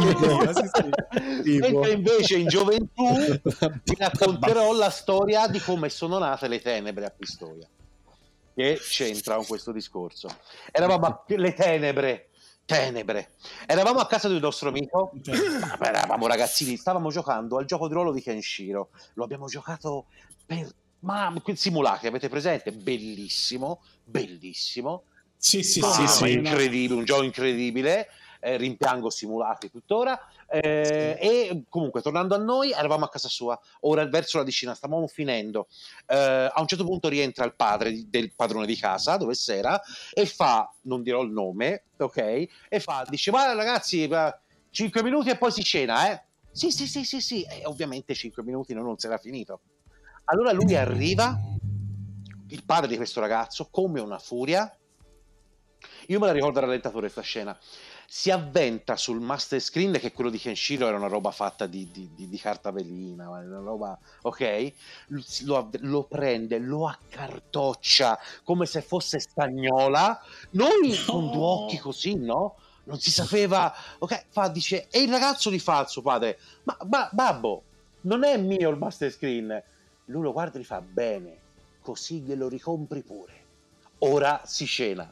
[SPEAKER 5] Mentre invece in gioventù ti racconterò la storia di come sono nate le tenebre a Pistoia, che c'entra con questo discorso. Eravamo le tenebre, eravamo a casa di un nostro amico, eravamo ragazzini, stavamo giocando al gioco di ruolo di Kenshiro, lo abbiamo giocato ma quel simulacro, avete presente? Bellissimo.
[SPEAKER 2] Sì,
[SPEAKER 5] Incredibile, un gioco incredibile. rimpiango simulati tuttora. E comunque, tornando a noi, eravamo a casa sua, ora verso la decina, stavamo finendo. A un certo punto rientra il padre del padrone di casa, dove s'era, e fa, non dirò il nome, ok? E dice, ma ragazzi, 5 minuti e poi si cena, Sì. E ovviamente 5 minuti non si era finito. Allora lui arriva, il padre di questo ragazzo, come una furia. Io me la ricordo a rallentatore questa scena. Si avventa sul master screen, che quello di Kenshiro era una roba fatta di carta velina, una roba, ok? Lo prende, lo accartoccia come se fosse stagnola. Noi con due occhi così, no? Non si sapeva, ok? Dice, e il ragazzo gli fa al suo padre, ma babbo, non è mio il master screen. Lui lo guarda e gli fa, bene, così glielo ricompri pure. Ora si cena.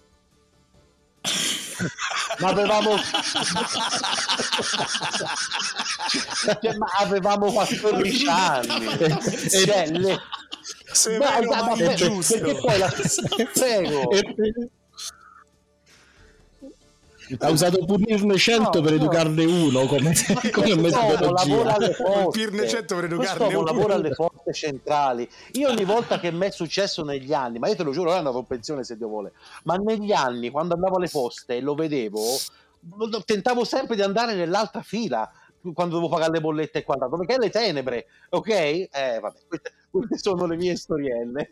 [SPEAKER 5] Ma avevamo 14 anni.
[SPEAKER 1] Severo, giusto.
[SPEAKER 5] Perché poi prego.
[SPEAKER 3] Ha usato punirne 100 per educarne uno, come
[SPEAKER 5] lavora alle
[SPEAKER 1] punirne 100 per educarne uno.
[SPEAKER 5] Lavora alle forze centrali. Io ogni volta che mi è successo negli anni, ma io te lo giuro, ora è andato in pensione se Dio vuole, ma negli anni quando andavo alle poste e lo vedevo, tentavo sempre di andare nell'altra fila quando dovevo pagare le bollette e quant'altro, perché le tenebre, ok? Vabbè, queste sono le mie storielle.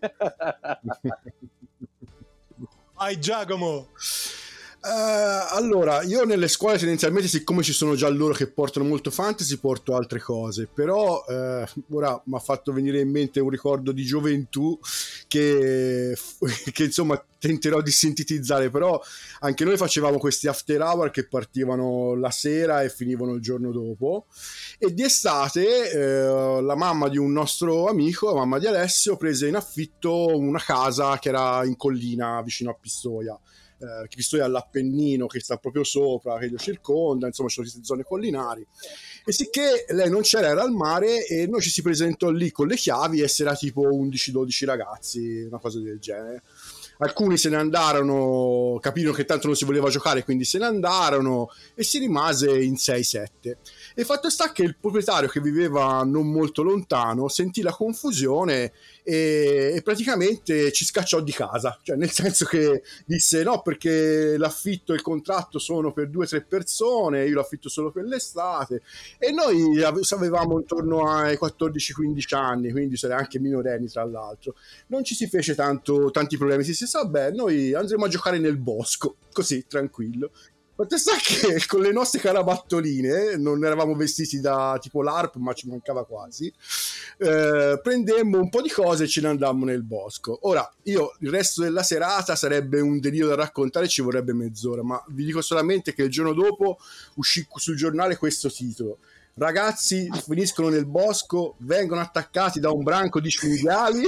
[SPEAKER 1] Vai Giacomo.
[SPEAKER 6] Allora, io nelle scuole tendenzialmente, siccome ci sono già loro che portano molto fantasy, porto altre cose, però ora mi ha fatto venire in mente un ricordo di gioventù che insomma tenterò di sintetizzare, però anche noi facevamo questi after hour che partivano la sera e finivano il giorno dopo, e di estate la mamma di un nostro amico, la mamma di Alessio, prese in affitto una casa che era in collina vicino a Pistoia. Pistoia all'Appennino, che sta proprio sopra, che lo circonda, insomma ci sono queste zone collinari, e sicché lei non c'era, era al mare, e noi ci si presentò lì con le chiavi e c'era tipo 11-12 ragazzi, una cosa del genere. Alcuni se ne andarono, capirono che tanto non si voleva giocare, quindi se ne andarono, e si rimase in 6-7. E fatto sta che il proprietario, che viveva non molto lontano, sentì la confusione e praticamente ci scacciò di casa, cioè nel senso che disse no, perché l'affitto e il contratto sono per 2-3 persone, io l'affitto solo per l'estate, e noi avevamo intorno ai 14-15 anni, quindi sarei anche minorenni tra l'altro. Non ci si fece tanti problemi, si disse vabbè, noi andremo a giocare nel bosco, così tranquillo. Fatto sta che con le nostre carabattoline, non eravamo vestiti da tipo l'ARP, ma ci mancava quasi, prendemmo un po' di cose e ce ne andammo nel bosco. Ora, io il resto della serata sarebbe un delirio da raccontare, ci vorrebbe mezz'ora, ma vi dico solamente che il giorno dopo uscì sul giornale questo titolo: ragazzi finiscono nel bosco, vengono attaccati da un branco di cinghiali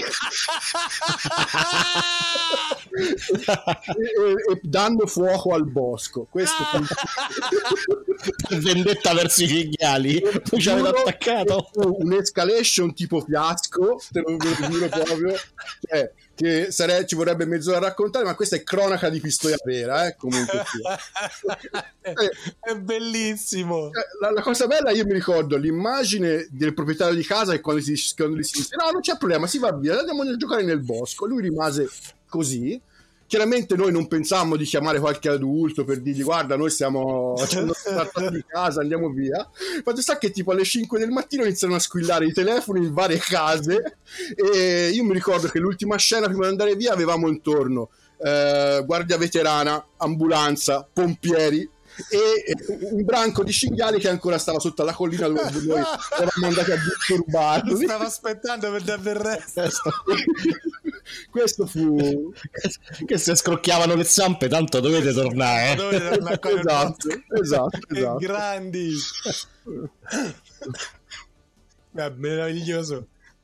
[SPEAKER 6] e danno fuoco al bosco. Questo
[SPEAKER 3] per vendetta verso i cinghiali, poi ci avete attaccato
[SPEAKER 6] un'escalation tipo fiasco, te lo giuro proprio, cioè, che ci vorrebbe mezz'ora a raccontare, ma questa è cronaca di Pistoia vera, comunque
[SPEAKER 1] è bellissimo.
[SPEAKER 6] La cosa bella, io mi ricordo l'immagine del proprietario di casa, e quando gli si disse no, non c'è problema, si va via, andiamo a giocare nel bosco. Lui rimase così. Chiaramente noi non pensammo di chiamare qualche adulto per dirgli guarda, noi stiamo di casa, andiamo via. Fatto sta che tipo alle 5 del mattino iniziano a squillare i telefoni in varie case, e io mi ricordo che l'ultima scena prima di andare via avevamo intorno guardia veterana, ambulanza, pompieri e un branco di cinghiali che ancora stava sotto alla collina dove noi eravamo andati a disturbarlo.
[SPEAKER 1] Stava aspettando per dare il resto.
[SPEAKER 6] Questo fu
[SPEAKER 3] che se scrocchiavano le zampe, tanto dovete tornare,
[SPEAKER 6] esatto.
[SPEAKER 1] Grandi. È meraviglioso.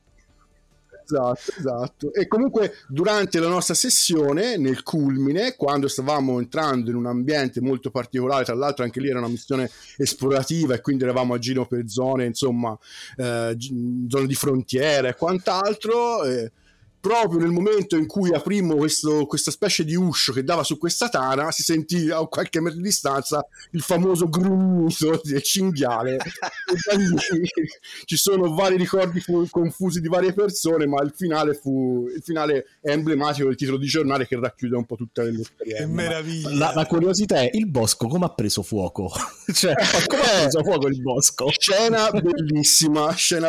[SPEAKER 6] Esatto. E comunque durante la nostra sessione, nel culmine, quando stavamo entrando in un ambiente molto particolare, tra l'altro anche lì era una missione esplorativa e quindi eravamo a giro per zone, insomma, zone di frontiera e quant'altro, proprio nel momento in cui aprimmo questa specie di uscio che dava su questa tana, si sentì a qualche metro di distanza il famoso grugnito del cinghiale. E da lì ci sono vari ricordi confusi di varie persone, ma il finale è emblematico del titolo di giornale che racchiude un po' tutte le esperienze.
[SPEAKER 1] Che meraviglia.
[SPEAKER 3] La curiosità è: il bosco come ha preso fuoco? Cioè, come ha preso fuoco il bosco?
[SPEAKER 6] Scena bellissima.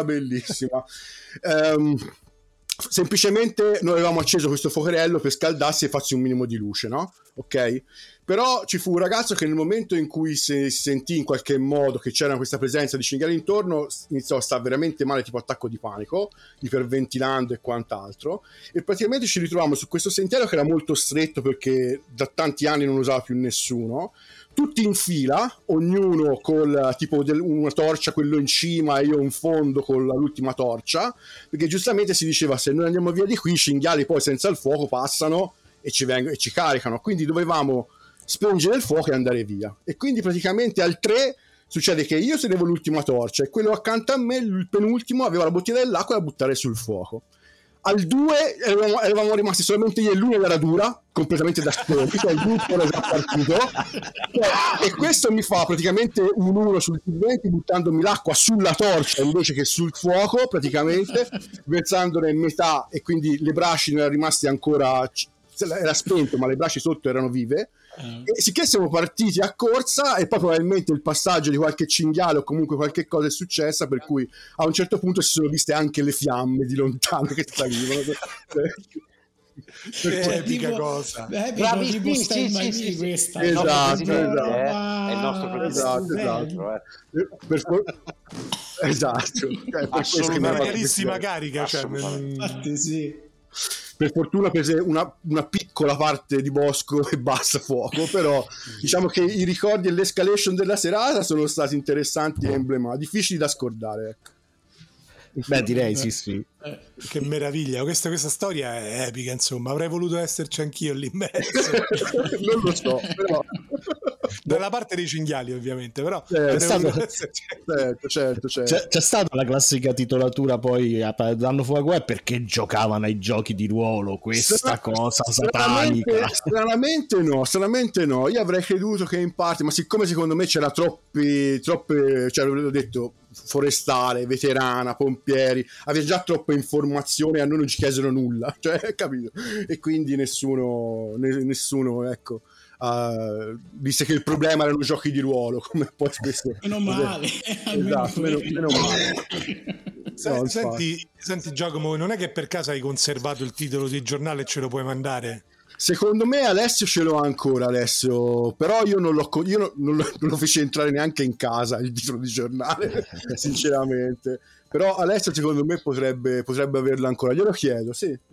[SPEAKER 6] Semplicemente noi avevamo acceso questo fuocherello per scaldarsi e farsi un minimo di luce, no? Ok? Però ci fu un ragazzo che nel momento in cui si sentì in qualche modo che c'era questa presenza di cinghiali intorno, iniziò a stare veramente male, tipo attacco di panico, iperventilando e quant'altro, e praticamente ci ritrovavamo su questo sentiero che era molto stretto perché da tanti anni non usava più nessuno, tutti in fila, ognuno con tipo una torcia, quello in cima e io in fondo con l'ultima torcia, perché giustamente si diceva: se noi andiamo via di qui i cinghiali poi senza il fuoco passano e ci caricano, quindi dovevamo spengere il fuoco e andare via. E quindi praticamente al 3 succede che io tenevo l'ultima torcia e quello accanto a me, il penultimo, aveva la bottiglia dell'acqua da buttare sul fuoco. Al 2 eravamo rimasti solamente io e lui nella radura, completamente da soli, cioè il gruppo era già partito, e questo mi fa praticamente un 1 sul 20, buttandomi l'acqua sulla torcia invece che sul fuoco, praticamente versandone in metà, e quindi le braci non erano rimaste ancora, era spento ma le braci sotto erano vive. E sicché siamo partiti a corsa e poi probabilmente il passaggio di qualche cinghiale o comunque qualche cosa è successa, per cui a un certo punto si sono viste anche le fiamme di lontano che salivano.
[SPEAKER 1] Che epica cosa.
[SPEAKER 2] Bravissimi,
[SPEAKER 5] sì.
[SPEAKER 2] Questa
[SPEAKER 6] Esatto.
[SPEAKER 5] È il nostro presidente.
[SPEAKER 6] Esatto.
[SPEAKER 1] Una bellissima carica, cioè,
[SPEAKER 2] Infatti, sì.
[SPEAKER 6] Per fortuna prese una piccola parte di bosco e basta fuoco, però diciamo che i ricordi e l'escalation della serata sono stati interessanti e emblematici, difficili da scordare, ecco.
[SPEAKER 3] Beh, direi sì.
[SPEAKER 1] Che meraviglia, questa storia è epica, insomma, avrei voluto esserci anch'io lì in mezzo.
[SPEAKER 6] Non lo so, però
[SPEAKER 1] dalla parte dei cinghiali ovviamente, però
[SPEAKER 6] certo.
[SPEAKER 3] C'è stata la classica titolatura poi danno fuoco perché giocavano ai giochi di ruolo, questa cosa satanica.
[SPEAKER 6] Stranamente no, io avrei creduto che in parte, ma siccome secondo me c'era troppe, cioè avevo detto forestale, veterana, pompieri, aveva già troppe informazioni, a noi non ci chiesero nulla, cioè, capito? E quindi nessuno ecco disse che il problema erano giochi di ruolo, come poi spesso
[SPEAKER 2] meno male.
[SPEAKER 6] Esatto, meno male.
[SPEAKER 1] Senti Giacomo, non è che per caso hai conservato il titolo di giornale e ce lo puoi mandare?
[SPEAKER 6] Secondo me Alessio ce l'ho ancora, però io non lo feci entrare neanche in casa il titolo di giornale, sinceramente. Però Alessio secondo me potrebbe averlo ancora, glielo chiedo.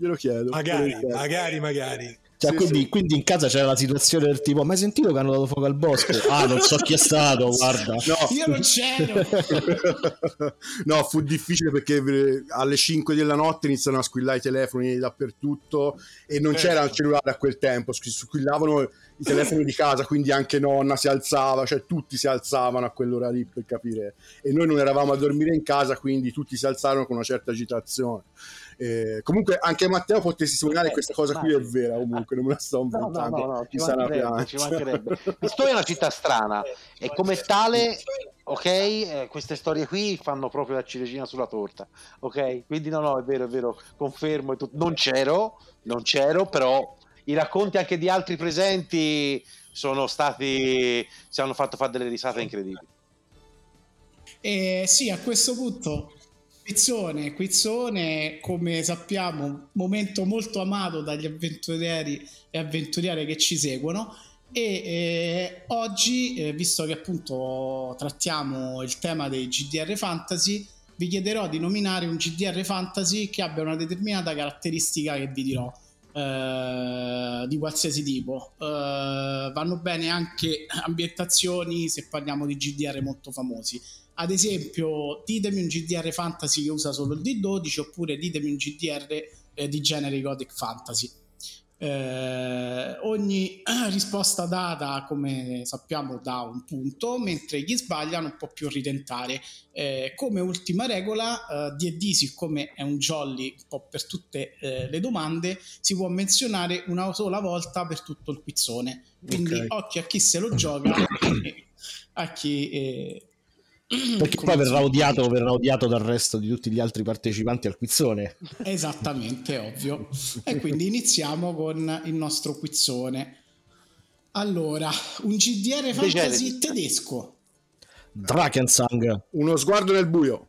[SPEAKER 3] Magari. Cioè, quindi in casa c'era la situazione del tipo: ma hai sentito che hanno dato fuoco al bosco? Ah, non so chi è stato, guarda.
[SPEAKER 6] No.
[SPEAKER 2] Io non c'ero.
[SPEAKER 6] No, fu difficile perché alle 5 della notte iniziano a squillare i telefoni dappertutto e non c'era il cellulare a quel tempo, squillavano i telefoni di casa, quindi anche nonna si alzava, cioè tutti si alzavano a quell'ora lì, per capire, e noi non eravamo a dormire in casa, quindi tutti si alzarono con una certa agitazione. Comunque anche Matteo potessi segnalare questa cosa qui è vera, comunque non me la sto inventando.
[SPEAKER 5] No, ci mancherebbe. Pistoia è una città strana e come tale, ok, queste storie qui fanno proprio la ciliegina sulla torta, ok, quindi no, è vero, confermo, non c'ero, però i racconti anche di altri presenti ci hanno fatto fare delle risate incredibili.
[SPEAKER 2] Sì, a questo punto Quizzone, come sappiamo, momento molto amato dagli avventurieri e avventuriere che ci seguono, e oggi, visto che appunto trattiamo il tema dei GDR Fantasy, vi chiederò di nominare un GDR Fantasy che abbia una determinata caratteristica che vi dirò, di qualsiasi tipo. Vanno bene anche ambientazioni, se parliamo di GDR molto famosi. Ad esempio, ditemi un GDR fantasy che usa solo il D12, oppure ditemi un GDR di genere Gothic Fantasy. Ogni risposta data, come sappiamo, dà un punto, mentre chi sbaglia non può più ritentare. Come ultima regola, D&D, siccome è un jolly un po' per tutte le domande, si può menzionare una sola volta per tutto il quizzone, quindi occhio a chi se lo gioca e a chi
[SPEAKER 3] perché poi verrà odiato dal resto di tutti gli altri partecipanti al quizzone.
[SPEAKER 2] Esattamente, ovvio. E quindi iniziamo con il nostro quizzone. Allora, un GDR fantasy tedesco.
[SPEAKER 3] Drakensang.
[SPEAKER 6] Uno sguardo nel buio.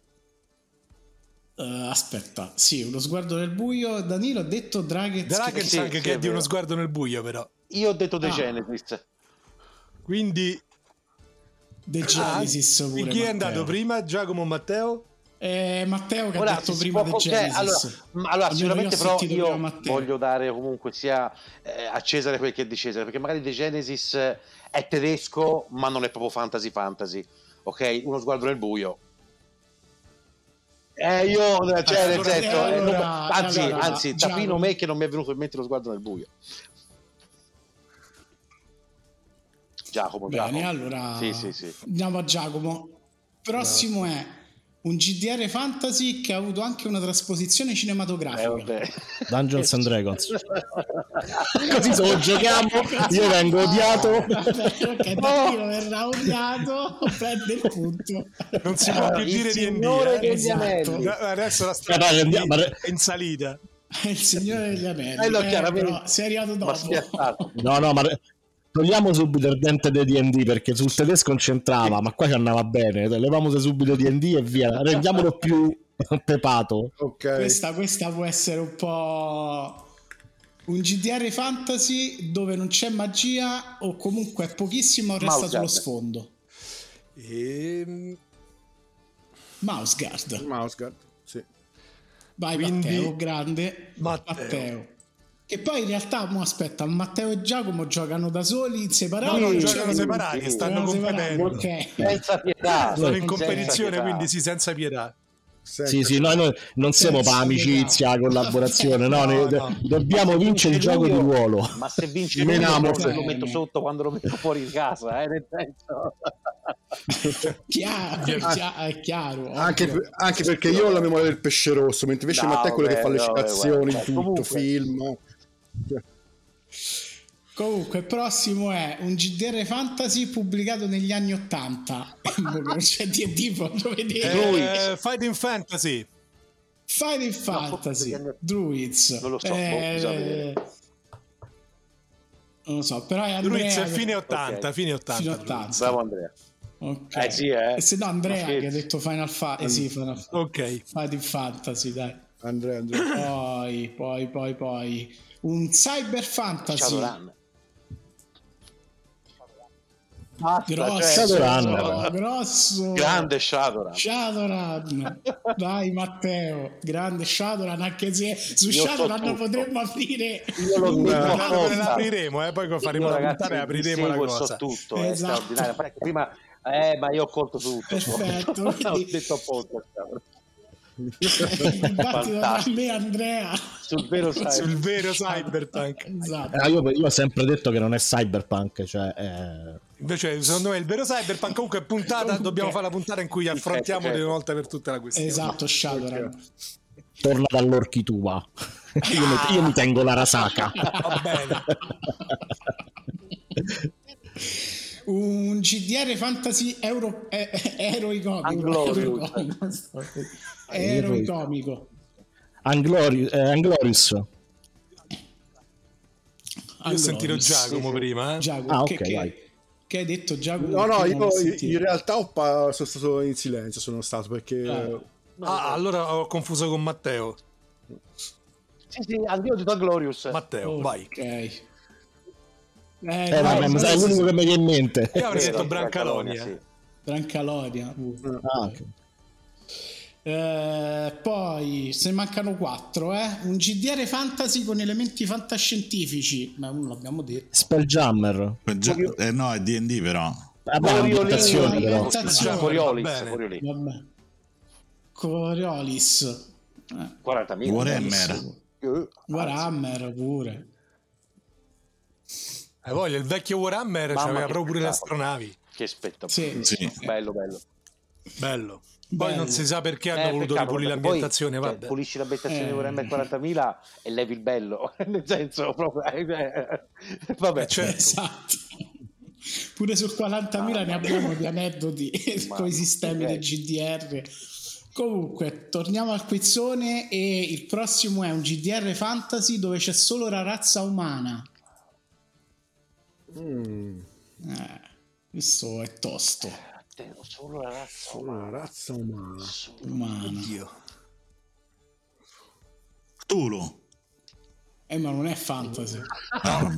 [SPEAKER 2] Aspetta, sì, uno sguardo nel buio. Danilo ha detto
[SPEAKER 1] Drakensang, che è di uno sguardo nel buio, però.
[SPEAKER 5] Io ho detto The Genesis.
[SPEAKER 1] Quindi
[SPEAKER 2] The Genesis pure.
[SPEAKER 1] chi è andato prima? Giacomo o Matteo?
[SPEAKER 2] Matteo che ha detto prima The Genesis.
[SPEAKER 5] Allora sicuramente però io voglio dare comunque sia a Cesare quel che è di Cesare, perché magari The Genesis è tedesco ma non è proprio fantasy, ok? Uno sguardo nel buio. Nel senso, anzi tapino me che non mi è venuto in mente lo sguardo nel buio. Giacomo.
[SPEAKER 2] Allora
[SPEAKER 5] sì.
[SPEAKER 2] Andiamo a Giacomo. Prossimo è un GDR fantasy che ha avuto anche una trasposizione cinematografica.
[SPEAKER 3] Dungeons and Dragons. Così se lo giochiamo io vengo odiato.
[SPEAKER 2] Ok, Danilo verrà odiato, prende il punto.
[SPEAKER 1] Non si può più dire D&D.
[SPEAKER 2] Esatto.
[SPEAKER 1] Adesso la strada è in salita.
[SPEAKER 2] È il Signore degli Anelli. Però sei arrivato dopo.
[SPEAKER 3] No, ma togliamo subito il dente dei D&D, perché sul tedesco non c'entrava, ma qua ci andava bene. Levamo subito D&D e via, rendiamolo più pepato.
[SPEAKER 6] Okay.
[SPEAKER 2] Questa può essere un po' un GDR fantasy dove non c'è magia o comunque è pochissimo, resta sullo sfondo.
[SPEAKER 6] Mouseguard, sì.
[SPEAKER 2] Vai. Quindi, Matteo, grande Matteo. Che poi in realtà, aspetta, Matteo e Giacomo giocano da soli, separati?
[SPEAKER 1] No, giocano separati, stanno competendo.
[SPEAKER 2] Okay.
[SPEAKER 5] Senza pietà.
[SPEAKER 1] Sono in competizione, quindi senza pietà.
[SPEAKER 3] Sì, noi non siamo per amicizia, collaborazione, no. Dobbiamo vincere il gioco di ruolo.
[SPEAKER 5] Ma se vince lui, lo metto sotto quando lo metto fuori di casa, nel senso.
[SPEAKER 2] È chiaro.
[SPEAKER 6] Anche perché io ho la memoria del pesce rosso, mentre invece Matteo è quello che fa le citazioni di tutto, comunque. Film.
[SPEAKER 2] Comunque il prossimo è un GDR fantasy pubblicato negli anni 80. Non c'è D&D, voglio vedere.
[SPEAKER 1] Fighting Fantasy.
[SPEAKER 2] Druids.
[SPEAKER 5] Non lo so,
[SPEAKER 2] non lo so, però è Andrea.
[SPEAKER 1] Druids è fine 80, fine 80.
[SPEAKER 5] Bravo Andrea.
[SPEAKER 2] Ok.
[SPEAKER 5] E
[SPEAKER 2] se no Andrea che ha detto Final Fantasy.
[SPEAKER 1] Ok.
[SPEAKER 2] Fighting Fantasy, dai.
[SPEAKER 6] Andrea.
[SPEAKER 2] Poi un cyber fantasy.
[SPEAKER 5] Shadowrun.
[SPEAKER 2] Grosso.
[SPEAKER 5] Grande
[SPEAKER 2] Shadowrun. Dai Matteo, grande Shadowrun, anche se su Shadowrun potremmo aprire.
[SPEAKER 1] L'apriremo, poi faremo la puntata e apriremo la cosa.
[SPEAKER 5] So tutto,
[SPEAKER 2] esatto.
[SPEAKER 5] È straordinario. Prima ma io ho colto tutto.
[SPEAKER 2] Perfetto.
[SPEAKER 5] Ho detto appunto.
[SPEAKER 2] Il dibattito tra me e Andrea
[SPEAKER 5] sul vero
[SPEAKER 1] cyberpunk.
[SPEAKER 2] Esatto.
[SPEAKER 3] Io ho sempre detto che non è cyberpunk, cioè
[SPEAKER 1] invece secondo me il vero cyberpunk comunque dobbiamo fare la puntata in cui affrontiamo di una volta per tutte la questione.
[SPEAKER 2] Esatto, Shadowrun.
[SPEAKER 3] Torna dall'orchitua. Io mi tengo la rasaca.
[SPEAKER 1] Va bene.
[SPEAKER 2] Un GDR fantasy eroicomico.
[SPEAKER 3] Anglorious.
[SPEAKER 1] Io ho sentito Giacomo prima.
[SPEAKER 2] Giacomo,
[SPEAKER 3] ok, vai.
[SPEAKER 2] Che hai detto Giacomo?
[SPEAKER 6] No, io in realtà sono stato in silenzio, perché
[SPEAKER 1] allora ho confuso con Matteo.
[SPEAKER 5] Sì, anche io ho detto Anglorious.
[SPEAKER 1] Matteo, vai.
[SPEAKER 2] Ok.
[SPEAKER 3] Ma è l'unico che mi viene in mente.
[SPEAKER 1] Io avrei detto Brancalonia.
[SPEAKER 2] Brancalonia.
[SPEAKER 3] Okay.
[SPEAKER 2] Poi se mancano 4, un GDR fantasy con elementi fantascientifici, ma non l'abbiamo detto.
[SPEAKER 3] Spelljammer.
[SPEAKER 4] No, è D&D però.
[SPEAKER 2] Coriolis.
[SPEAKER 5] 40.000.
[SPEAKER 4] Warhammer.
[SPEAKER 2] Warhammer pure.
[SPEAKER 1] Voglio il vecchio Warhammer, c'aveva proprio pure le astronavi.
[SPEAKER 5] Che spettacolo.
[SPEAKER 4] Sì.
[SPEAKER 5] Bello.
[SPEAKER 1] Poi non si sa perché hanno voluto ripulire l'ambientazione.
[SPEAKER 5] Poi,
[SPEAKER 1] vabbè.
[SPEAKER 5] pulisci l'ambientazione di Warhammer 40.000 e levi il bello, nel senso proprio vabbè.
[SPEAKER 1] Certo.
[SPEAKER 2] Esatto. Pure sul 40.000 ne abbiamo di aneddoti con i sistemi del GDR. Comunque, torniamo al quizzone e il prossimo è un GDR fantasy dove c'è solo la razza umana. Questo è tosto.
[SPEAKER 5] Solo la razza
[SPEAKER 6] umana.
[SPEAKER 2] Umana.
[SPEAKER 4] Cthulhu.
[SPEAKER 2] Ma non è fantasy.
[SPEAKER 1] Non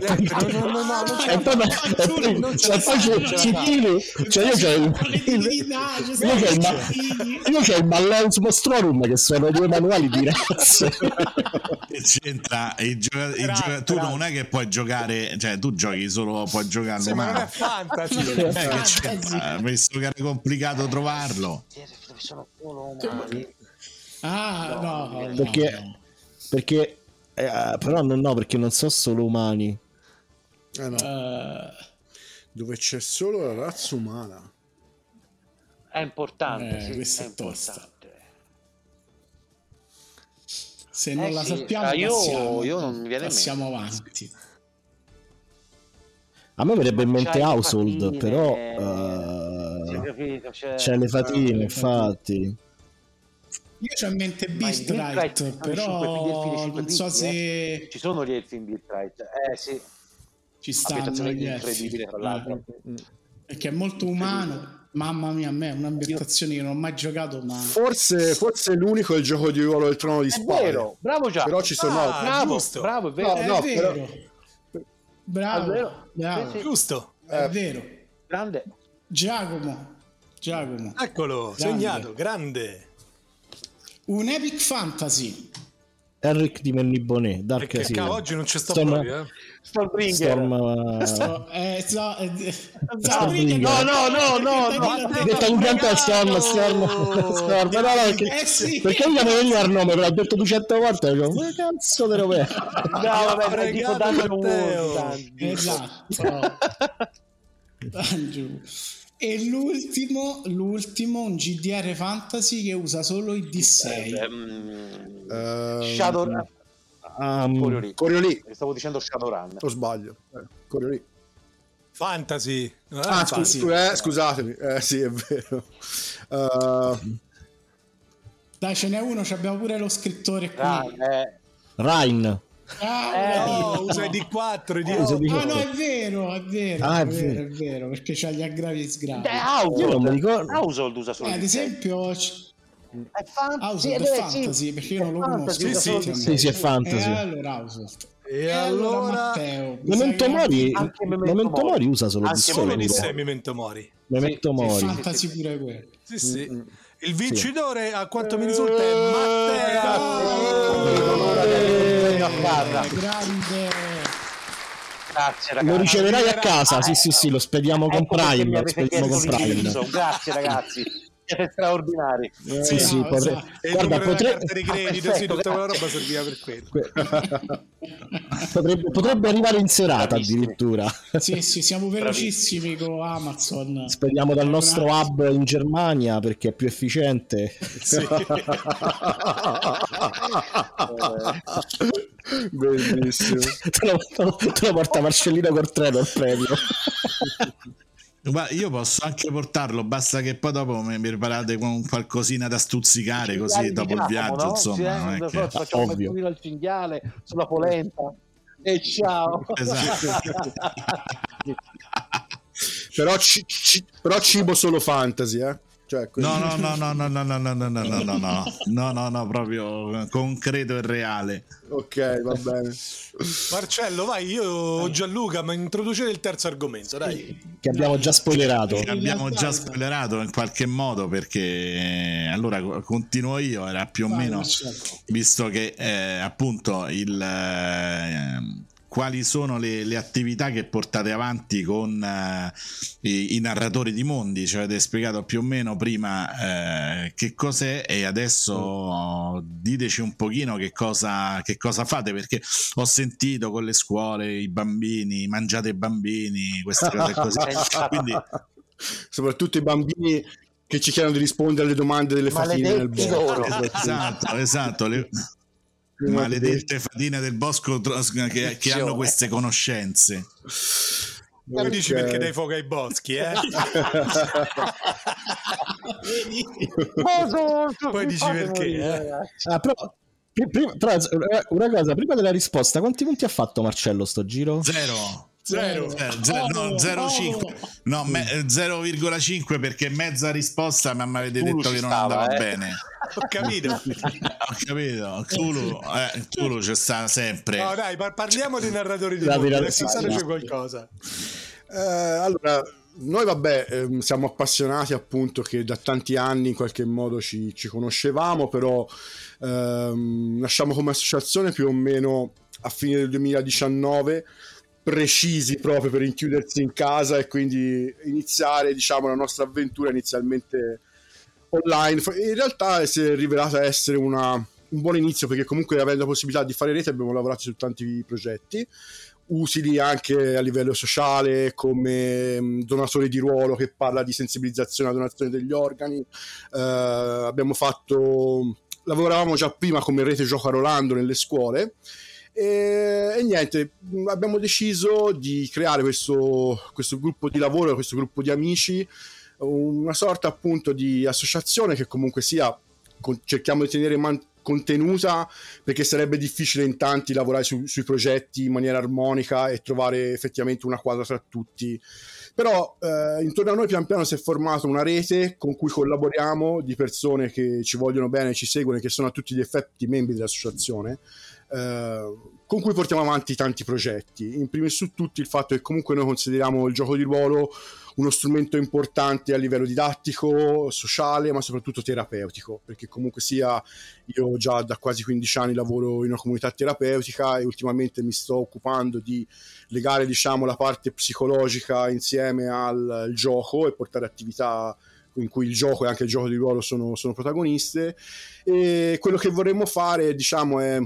[SPEAKER 3] io c'ho il Malleus Monstrorum, che sono 2 manuali di razze.
[SPEAKER 4] Che c'entra tu non è che puoi giocare, cioè tu giochi solo, puoi giocare
[SPEAKER 1] sì, ma non è fantasy.
[SPEAKER 4] Visto che era complicato trovarlo.
[SPEAKER 2] No.
[SPEAKER 3] Perché però no, perché non so solo umani.
[SPEAKER 6] Dove c'è solo la razza umana.
[SPEAKER 5] È importante, sì,
[SPEAKER 2] questa
[SPEAKER 5] è
[SPEAKER 2] è tosta.
[SPEAKER 5] importante.
[SPEAKER 2] Se non la sappiamo,
[SPEAKER 5] io non mi viene
[SPEAKER 2] passiamo avanti.
[SPEAKER 3] A me verrebbe in mente Household, però c'è le fatine, infatti.
[SPEAKER 2] Io c'ho in mente Birthright, però non so se
[SPEAKER 5] ci sono gli elfi in Birthright. Sì.
[SPEAKER 2] Ci stanno gli elfi.
[SPEAKER 5] Incredibile, tra l'altro.
[SPEAKER 2] Perché è molto umano. Mamma mia, a me è un'ambientazione che non ho mai giocato, ma
[SPEAKER 6] forse l'unico è il gioco di ruolo del Trono di Spade.
[SPEAKER 5] È vero, bravo Giacomo.
[SPEAKER 6] Però ci sono
[SPEAKER 5] bravo, è vero.
[SPEAKER 2] è vero. Bravo,
[SPEAKER 5] Sì.
[SPEAKER 1] Giusto.
[SPEAKER 2] È vero.
[SPEAKER 5] Grande.
[SPEAKER 2] Giacomo.
[SPEAKER 1] Eccolo,
[SPEAKER 2] grande.
[SPEAKER 1] segnato, grande.
[SPEAKER 2] Un epic fantasy.
[SPEAKER 3] Enric di Mennibonè, Dark
[SPEAKER 1] Perché
[SPEAKER 3] Casino.
[SPEAKER 1] oggi non c'è sta proprio,
[SPEAKER 5] Stormbringer.
[SPEAKER 3] No. Detto un pianto Storm. Perché io mi veniva il nome, me l'ha detto 200 volte. Che cazzo te lo vedo?
[SPEAKER 5] No, vabbè, tipo Matteo.
[SPEAKER 2] Esatto. E l'ultimo, un GDR fantasy che usa solo i D6.
[SPEAKER 5] Shadowrun.
[SPEAKER 6] Coriolì.
[SPEAKER 5] Stavo dicendo Shadowrun.
[SPEAKER 6] O sbaglio? Coriolì.
[SPEAKER 1] Fantasy.
[SPEAKER 6] Scusatemi. Sì, è vero.
[SPEAKER 2] Dai, ce n'è uno, abbiamo pure lo scrittore qui.
[SPEAKER 3] Rain.
[SPEAKER 1] Usa i D4,
[SPEAKER 2] no, è vero, è vero, perché c'ha gli aggravi e sgravi.
[SPEAKER 3] Io non mi ricordo.
[SPEAKER 5] Household usa solo
[SPEAKER 2] ad esempio
[SPEAKER 5] è
[SPEAKER 2] fantasy, perché io non lo conosco.
[SPEAKER 3] Sì, è fantasy.
[SPEAKER 2] Allora Household.
[SPEAKER 1] E allora
[SPEAKER 2] Matteo,
[SPEAKER 3] Memento Mori usa solo
[SPEAKER 1] D6. Memento Mori.
[SPEAKER 3] Memento Mori.
[SPEAKER 2] Fantasy pure quello.
[SPEAKER 1] Sì. Il vincitore, a quanto mi risulta, è Matteo.
[SPEAKER 2] Grande.
[SPEAKER 5] Grazie ragazzi.
[SPEAKER 3] Lo riceverai a casa, sì, lo spediamo con Prime.
[SPEAKER 5] Grazie ragazzi. Siete straordinari.
[SPEAKER 3] Sì, guarda,
[SPEAKER 1] di credito, sì, tutta quella roba serviva per quello.
[SPEAKER 3] Potrebbe arrivare in serata addirittura.
[SPEAKER 2] Sì, siamo velocissimi con Amazon.
[SPEAKER 3] Spediamo dal nostro hub in Germania perché è più efficiente.
[SPEAKER 1] Sì.
[SPEAKER 6] Bellissimo.
[SPEAKER 3] Te lo porta Marcellino col treno il premio.
[SPEAKER 4] Ma io posso anche portarlo, basta che poi dopo mi preparate con qualcosina da stuzzicare, così dopo il viaggio, no? Insomma,
[SPEAKER 5] facciamo un pochino al cinghiale sulla polenta e ciao.
[SPEAKER 4] Esatto.
[SPEAKER 6] però cibo solo fantasy, Cioè,
[SPEAKER 4] no, proprio concreto e reale.
[SPEAKER 6] Ok, va bene.
[SPEAKER 1] Marcello, vai, io Gianluca, ma introducete il terzo argomento, dai.
[SPEAKER 3] Che abbiamo già spoilerato.
[SPEAKER 4] In qualche modo, perché allora continuo io, era più o meno, visto che appunto quali sono le attività che portate avanti con i narratori di mondi, cioè avete spiegato più o meno prima che cos'è, e adesso diteci un pochino che cosa fate, perché ho sentito con le scuole, i bambini, mangiate i bambini, queste cose così. Quindi
[SPEAKER 6] soprattutto i bambini che ci chiedono di rispondere alle domande delle fatine nel bosco.
[SPEAKER 4] Esatto, le maledette fatine del bosco che hanno queste conoscenze.
[SPEAKER 1] Tu dici perché dai fuoco ai boschi, poi dici perché,
[SPEAKER 3] però una cosa, prima della risposta, quanti punti ha fatto Marcello sto giro?
[SPEAKER 4] 0,5 perché mezza risposta mi avete detto che non andava bene.
[SPEAKER 1] Ho capito.
[SPEAKER 4] Tulu ci sta sempre.
[SPEAKER 1] No dai, parliamo dei narratori di mondi, adesso c'è qualcosa.
[SPEAKER 6] Allora, noi siamo appassionati, appunto, che da tanti anni in qualche modo ci conoscevamo, però nasciamo come associazione più o meno a fine del 2019, precisi proprio per rinchiudersi in casa e quindi iniziare, diciamo, la nostra avventura inizialmente online. In realtà si è rivelata essere un buon inizio, perché comunque, avendo la possibilità di fare rete, abbiamo lavorato su tanti progetti utili anche a livello sociale, come donatori di ruolo che parla di sensibilizzazione alla donazione degli organi. Lavoravamo già prima come rete Gioco a Rolando nelle scuole, e niente, abbiamo deciso di creare questo gruppo di lavoro, questo gruppo di amici, una sorta appunto di associazione che comunque sia cerchiamo di tenere contenuta, perché sarebbe difficile in tanti lavorare sui progetti in maniera armonica e trovare effettivamente una quadra tra tutti. Però intorno a noi pian piano si è formata una rete con cui collaboriamo, di persone che ci vogliono bene, ci seguono e che sono a tutti gli effetti membri dell'associazione, con cui portiamo avanti tanti progetti. In primis su tutti il fatto che comunque noi consideriamo il gioco di ruolo uno strumento importante a livello didattico, sociale, ma soprattutto terapeutico, perché comunque sia, io già da quasi 15 anni lavoro in una comunità terapeutica e ultimamente mi sto occupando di legare, diciamo, la parte psicologica insieme al gioco e portare attività in cui il gioco e anche il gioco di ruolo sono protagoniste. E quello che vorremmo fare, diciamo, è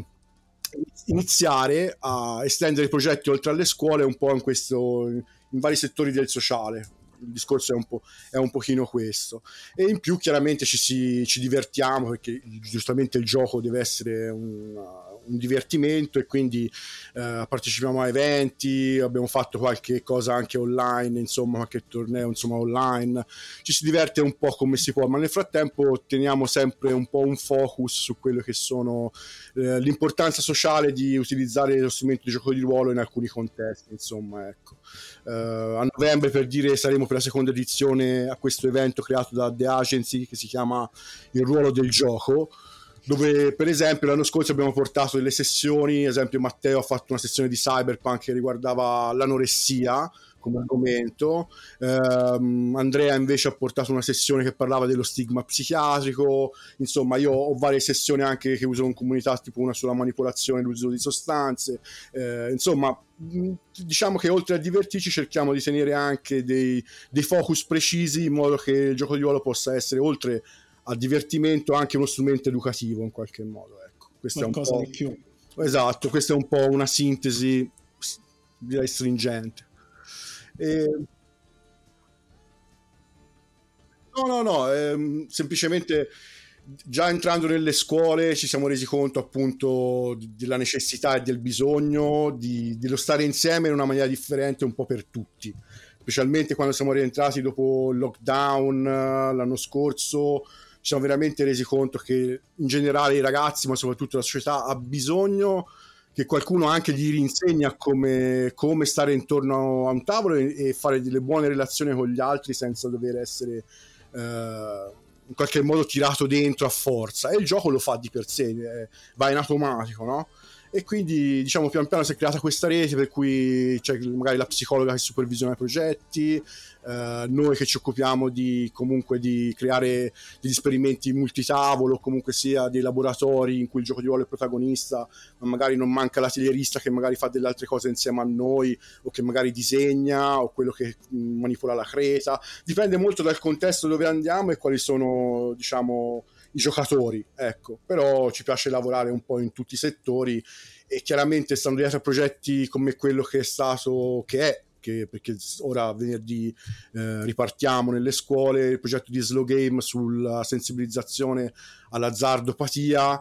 [SPEAKER 6] iniziare a estendere i progetti oltre alle scuole, un po' in vari settori del sociale. Il discorso è un pochino questo, e in più chiaramente ci divertiamo, perché giustamente il gioco deve essere un divertimento, e quindi partecipiamo a eventi, abbiamo fatto qualche cosa anche online, insomma qualche torneo insomma online, ci si diverte un po' come si può, ma nel frattempo teniamo sempre un po' un focus su quello che sono l'importanza sociale di utilizzare lo strumento di gioco di ruolo in alcuni contesti, insomma, ecco. A novembre, per dire, saremo per la seconda edizione a questo evento creato da The Agency che si chiama Il ruolo del gioco, dove per esempio l'anno scorso abbiamo portato delle sessioni, ad esempio Matteo ha fatto una sessione di Cyberpunk che riguardava l'anoressia come argomento, Andrea invece ha portato una sessione che parlava dello stigma psichiatrico, insomma io ho varie sessioni anche che uso in comunità, tipo una sulla manipolazione e l'uso di sostanze, insomma diciamo che oltre a divertirci cerchiamo di tenere anche dei focus precisi, in modo che il gioco di ruolo possa essere, oltre al divertimento, anche uno strumento educativo in qualche modo, ecco. Questo
[SPEAKER 2] qualcosa
[SPEAKER 6] è un po'...
[SPEAKER 2] di più.
[SPEAKER 6] Esatto, questa è un po' una sintesi, direi, stringente. No, semplicemente già entrando nelle scuole ci siamo resi conto appunto della necessità e del bisogno dello stare insieme in una maniera differente un po' per tutti, specialmente quando siamo rientrati dopo il lockdown l'anno scorso. Ci siamo veramente resi conto che in generale i ragazzi, ma soprattutto la società, ha bisogno che qualcuno anche gli rinsegna come stare intorno a un tavolo e fare delle buone relazioni con gli altri senza dover essere in qualche modo tirato dentro a forza, e il gioco lo fa di per sé, va in automatico, no? e quindi diciamo pian piano si è creata questa rete per cui c'è magari la psicologa che supervisiona i progetti, noi che ci occupiamo comunque di creare degli esperimenti multitavolo, comunque sia dei laboratori in cui il gioco di ruolo è protagonista, ma magari non manca l'atelierista che magari fa delle altre cose insieme a noi, o che magari disegna, o quello che manipola la creta. Dipende molto dal contesto dove andiamo e quali sono, diciamo, i giocatori, ecco. Però ci piace lavorare un po' in tutti i settori, e chiaramente stando dietro a progetti come quello che è stato, perché ora venerdì ripartiamo nelle scuole, il progetto di Slow Game sulla sensibilizzazione all'azzardopatia.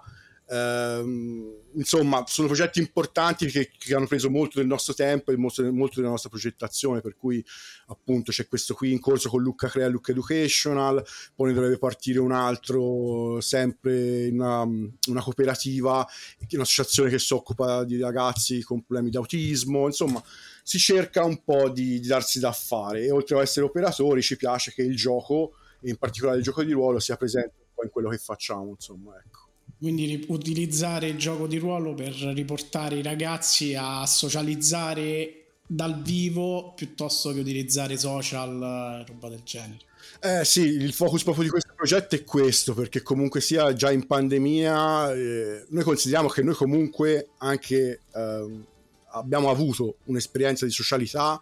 [SPEAKER 6] Insomma, sono progetti importanti che hanno preso molto del nostro tempo e molto della nostra progettazione, per cui appunto c'è questo qui in corso con Lucca Crea, Lucca Educational, poi ne dovrebbe partire un altro sempre in una cooperativa, un'associazione che si occupa di ragazzi con problemi di autismo. Insomma, si cerca un po' di darsi da fare, e oltre ad essere operatori ci piace che il gioco, e in particolare il gioco di ruolo, sia presente un po' in quello che facciamo, insomma, ecco.
[SPEAKER 2] Quindi utilizzare il gioco di ruolo per riportare i ragazzi a socializzare dal vivo piuttosto che utilizzare social, roba del genere.
[SPEAKER 6] Sì, il focus proprio di questo progetto è questo, perché comunque sia già in pandemia noi consideriamo che noi comunque anche abbiamo avuto un'esperienza di socialità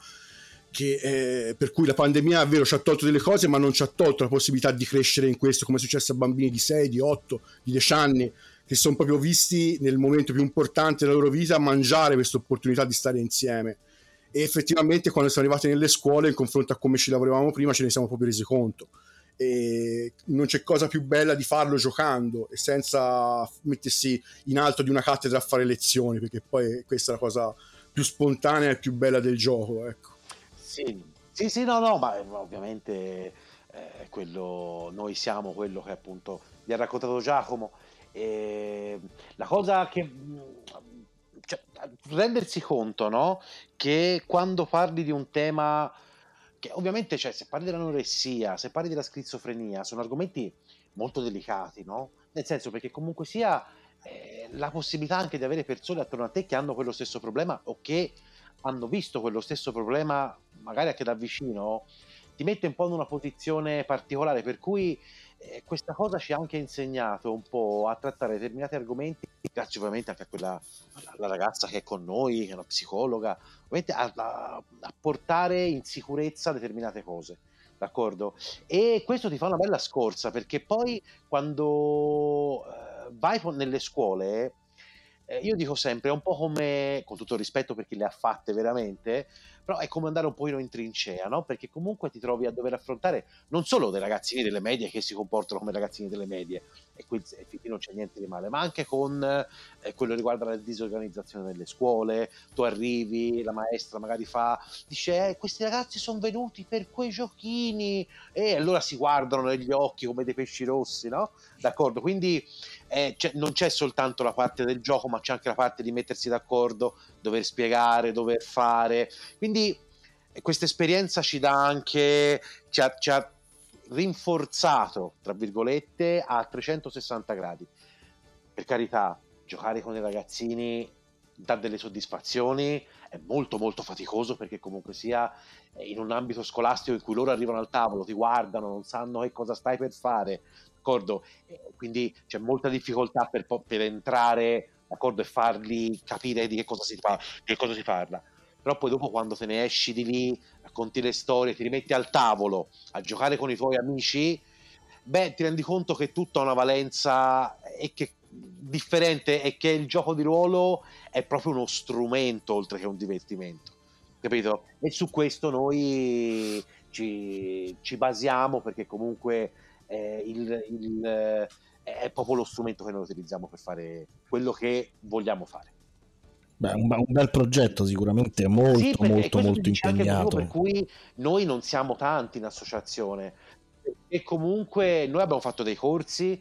[SPEAKER 6] che per cui la pandemia è vero ci ha tolto delle cose, ma non ci ha tolto la possibilità di crescere in questo, come è successo a bambini di 6, di 8, di 10 anni, che sono proprio visti nel momento più importante della loro vita mangiare questa opportunità di stare insieme. E effettivamente quando siamo arrivati nelle scuole, in confronto a come ci lavoravamo prima, ce ne siamo proprio resi conto, e non c'è cosa più bella di farlo giocando e senza mettersi in alto di una cattedra a fare lezioni, perché poi questa è la cosa più spontanea e più bella del gioco, ecco.
[SPEAKER 5] Sì, no, ma ovviamente quello, noi siamo quello che appunto vi ha raccontato Giacomo. La cosa che cioè, rendersi conto, no? Che quando parli di un tema che ovviamente, cioè, se parli dell'anoressia, se parli della schizofrenia, sono argomenti molto delicati, no? Nel senso, perché comunque sia la possibilità anche di avere persone attorno a te che hanno quello stesso problema o che hanno visto quello stesso problema magari anche da vicino, ti mette un po' in una posizione particolare, per cui questa cosa ci ha anche insegnato un po' a trattare determinati argomenti, grazie ovviamente anche a quella, alla ragazza che è con noi, che è una psicologa, ovviamente a portare in sicurezza determinate cose, d'accordo? E questo ti fa una bella scorza, perché poi quando vai nelle scuole, io dico sempre, è un po' come, con tutto il rispetto per chi le ha fatte veramente, però è come andare un pochino in trincea, no? Perché comunque ti trovi a dover affrontare non solo dei ragazzini delle medie che si comportano come ragazzini delle medie, e qui non c'è niente di male, ma anche con quello che riguarda la disorganizzazione delle scuole. Tu arrivi, la maestra magari dice questi ragazzi sono venuti per quei giochini, e allora si guardano negli occhi come dei pesci rossi, no? D'accordo? Quindi non c'è soltanto la parte del gioco, ma c'è anche la parte di mettersi d'accordo, dover spiegare, dover fare. Quindi questa esperienza ci dà anche, ci ha rinforzato, tra virgolette, a 360 gradi. Per carità, giocare con i ragazzini dà delle soddisfazioni, è molto molto faticoso, perché comunque sia in un ambito scolastico in cui loro arrivano al tavolo, ti guardano, non sanno che cosa stai per fare, d'accordo? Quindi c'è molta difficoltà per entrare, d'accordo, e fargli capire di che cosa si parla. Però poi dopo, quando te ne esci di lì, racconti le storie, ti rimetti al tavolo a giocare con i tuoi amici, beh, ti rendi conto che tutta ha una valenza e che differente, e che il gioco di ruolo è proprio uno strumento oltre che un divertimento, capito? E su questo noi ci basiamo, perché comunque è proprio lo strumento che noi utilizziamo per fare quello che vogliamo fare.
[SPEAKER 3] Beh, un bel progetto, sicuramente molto,
[SPEAKER 5] sì,
[SPEAKER 3] molto
[SPEAKER 5] impegnato. Anche il motivo per
[SPEAKER 3] impegnato.
[SPEAKER 5] cui noi non siamo tanti in associazione, e comunque noi abbiamo fatto dei corsi,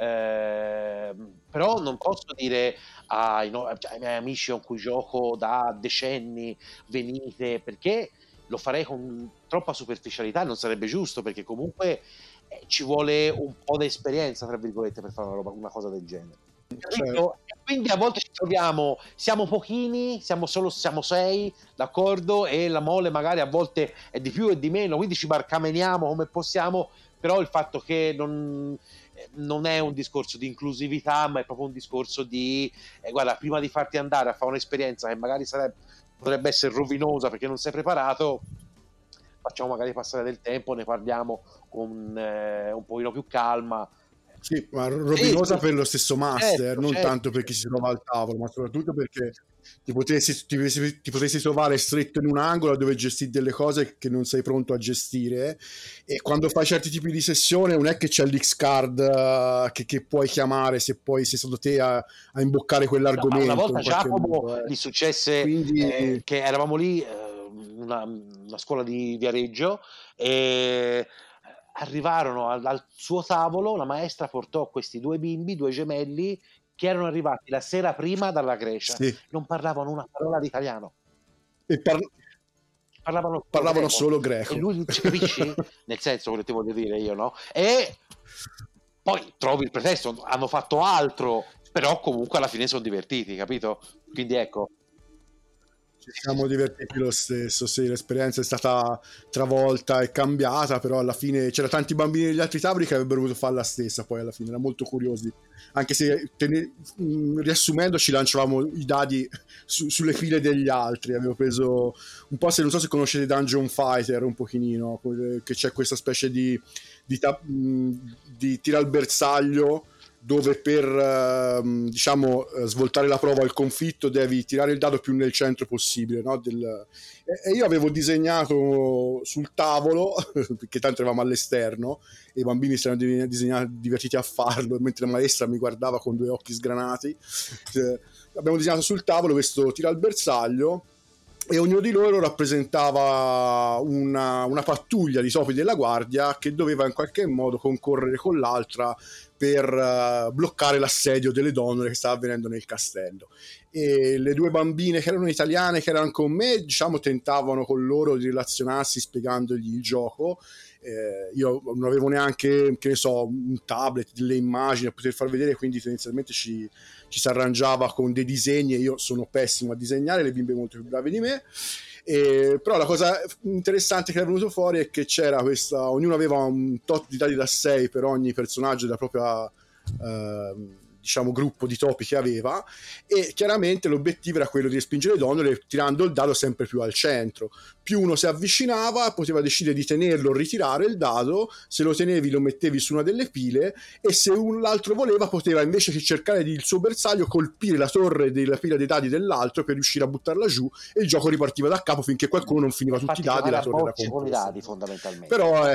[SPEAKER 5] però non posso dire ai miei amici con cui gioco da decenni venite, perché lo farei con troppa superficialità, non sarebbe giusto, perché comunque ci vuole un po' di esperienza, tra virgolette, per fare una cosa del genere. capito? E quindi a volte ci troviamo, siamo pochini, siamo 6, d'accordo, e la mole magari a volte è di più e di meno, quindi ci barcameniamo come possiamo, però il fatto che non è un discorso di inclusività, ma è proprio un discorso di guarda, prima di farti andare a fare un'esperienza che magari potrebbe essere rovinosa perché non sei preparato, facciamo magari passare del tempo, ne parliamo con un pochino più calma.
[SPEAKER 6] Sì, ma rovinosa
[SPEAKER 5] sì,
[SPEAKER 6] per lo stesso master,
[SPEAKER 5] certo,
[SPEAKER 6] non
[SPEAKER 5] certo.
[SPEAKER 6] tanto per chi si trova al tavolo, ma soprattutto perché ti potessi trovare stretto in un angolo dove gestire delle cose che non sei pronto a gestire, e quando fai certi tipi di sessione non è che c'è l'X-card che puoi chiamare se poi sei stato te a imboccare quell'argomento.
[SPEAKER 5] Una volta
[SPEAKER 6] in qualche
[SPEAKER 5] Giacomo
[SPEAKER 6] modo,
[SPEAKER 5] gli successe
[SPEAKER 6] Quindi...
[SPEAKER 5] che eravamo lì, una scuola di Viareggio, e arrivarono al suo tavolo, la maestra portò questi 2 bimbi, 2 gemelli, che erano arrivati la sera prima dalla Grecia,
[SPEAKER 6] Sì.
[SPEAKER 5] non parlavano una parola di italiano,
[SPEAKER 6] E parlavano solo greco.
[SPEAKER 5] e lui ci capisci? Nel senso, quello che ti voglio dire io, no? E poi trovi il pretesto, hanno fatto altro, però comunque alla fine sono divertiti, capito? Quindi ecco.
[SPEAKER 6] Ci siamo divertiti lo stesso, sì, l'esperienza è stata travolta e cambiata, però alla fine c'era tanti bambini degli altri tavoli che avrebbero voluto fare la stessa, poi alla fine erano molto curiosi, anche se riassumendo ci lanciavamo i dadi sulle file degli altri. Avevo preso un po', non so se conoscete Dungeon Fighter un pochino, che c'è questa specie di tira al bersaglio, dove per svoltare la prova al conflitto devi tirare il dado più nel centro possibile, no? E io avevo disegnato sul tavolo, perché tanto eravamo all'esterno e i bambini si erano divertiti a farlo, mentre la maestra mi guardava con 2 occhi sgranati. Abbiamo disegnato sul tavolo questo tira al bersaglio e ognuno di loro rappresentava una pattuglia di topi della guardia che doveva in qualche modo concorrere con l'altra per bloccare l'assedio delle donne che stava avvenendo nel castello. E le 2 bambine che erano italiane, che erano con me, diciamo, tentavano con loro di relazionarsi spiegandogli il gioco. Io non avevo neanche, che ne so, un tablet, delle immagini a poter far vedere, quindi tendenzialmente ci si arrangiava con dei disegni, e io sono pessimo a disegnare, le bimbe molto più brave di me. Però la cosa interessante che è venuto fuori è che c'era questa, ognuno aveva un tot di dadi da 6 per ogni personaggio della propria gruppo di topi che aveva, e chiaramente l'obiettivo era quello di respingere le donnole tirando il dado sempre più al centro. Più uno si avvicinava, poteva decidere di tenerlo o ritirare il dado. Se lo tenevi lo mettevi su una delle pile, e se l'altro voleva poteva, invece che cercare il suo bersaglio, colpire la torre della pila dei dadi dell'altro per riuscire a buttarla giù, e il gioco ripartiva da capo finché qualcuno non finiva tutti i dadi e la torre era composta.
[SPEAKER 5] Con i dadi, fondamentalmente.
[SPEAKER 6] Però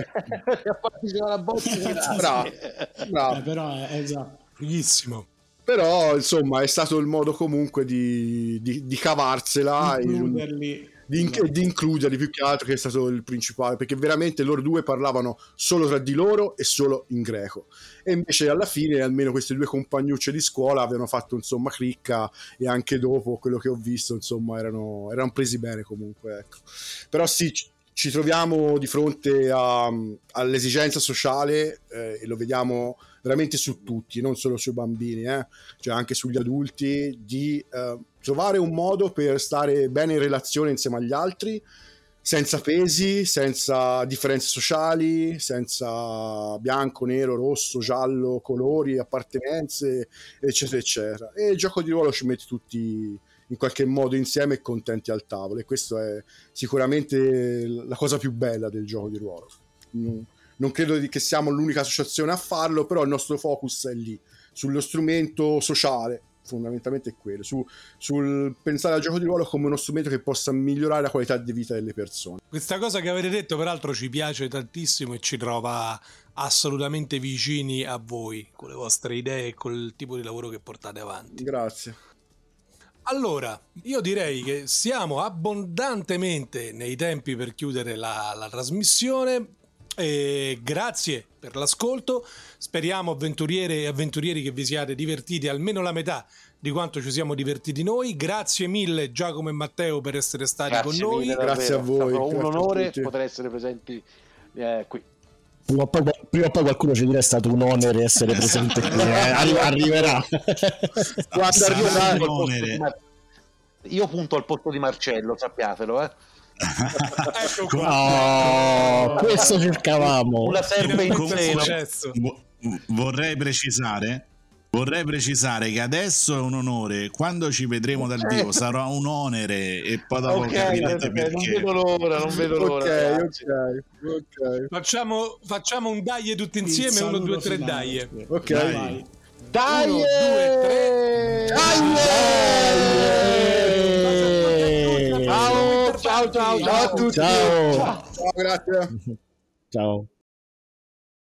[SPEAKER 2] però esatto.
[SPEAKER 1] Fighissimo.
[SPEAKER 6] Però insomma è stato il modo comunque di cavarsela, di includerli più che altro, che è stato il principale, perché veramente loro 2 parlavano solo tra di loro e solo in greco, e invece alla fine almeno queste 2 compagnucce di scuola avevano fatto insomma cricca, e anche dopo quello che ho visto insomma erano presi bene comunque, ecco. Però sì, ci troviamo di fronte all'esigenza sociale, e lo vediamo veramente su tutti, non solo sui bambini, cioè anche sugli adulti, di trovare un modo per stare bene in relazione insieme agli altri, senza pesi, senza differenze sociali, senza bianco, nero, rosso, giallo, colori, appartenenze, eccetera eccetera. E il gioco di ruolo ci mette tutti in qualche modo insieme e contenti al tavolo, e questo è sicuramente la cosa più bella del gioco di ruolo. Non credo che siamo l'unica associazione a farlo, però il nostro focus è lì, sullo strumento sociale, fondamentalmente è quello, sul pensare al gioco di ruolo come uno strumento che possa migliorare la qualità di vita delle persone.
[SPEAKER 1] Questa cosa che avete detto peraltro ci piace tantissimo e ci trova assolutamente vicini a voi, con le vostre idee e col tipo di lavoro che portate avanti.
[SPEAKER 6] Grazie.
[SPEAKER 1] Allora, io direi che siamo abbondantemente nei tempi per chiudere la trasmissione. Grazie per l'ascolto, speriamo avventuriere e avventurieri che vi siate divertiti almeno la metà di quanto ci siamo divertiti noi. Grazie mille Giacomo e Matteo per essere stati con noi.
[SPEAKER 6] Grazie a voi,
[SPEAKER 5] un onore poter essere presenti qui.
[SPEAKER 3] Prima o poi qualcuno ci dirà è stato un onere essere presente qui. Arriverà.
[SPEAKER 6] Quando arriverà
[SPEAKER 4] un onere.
[SPEAKER 5] Io punto al posto di Marcello, sappiatelo,
[SPEAKER 1] Ecco qua.
[SPEAKER 3] Questo cercavamo.
[SPEAKER 5] una serpe in
[SPEAKER 1] Finalmente
[SPEAKER 5] seno.
[SPEAKER 1] successo.
[SPEAKER 4] Vorrei precisare che adesso è un onore, quando ci vedremo dal vivo sarà un onere e poi dopo capirete perché.
[SPEAKER 5] non vedo l'ora. ragazzi.
[SPEAKER 6] Ok.
[SPEAKER 1] Facciamo un dai tutti insieme, 1, 2, 3 dai.
[SPEAKER 6] Ok.
[SPEAKER 4] Dai.
[SPEAKER 2] Dai!
[SPEAKER 1] 1, 2, 3.
[SPEAKER 2] Ciao a tutti!
[SPEAKER 3] Ciao.
[SPEAKER 6] Ciao, grazie.
[SPEAKER 3] Ciao.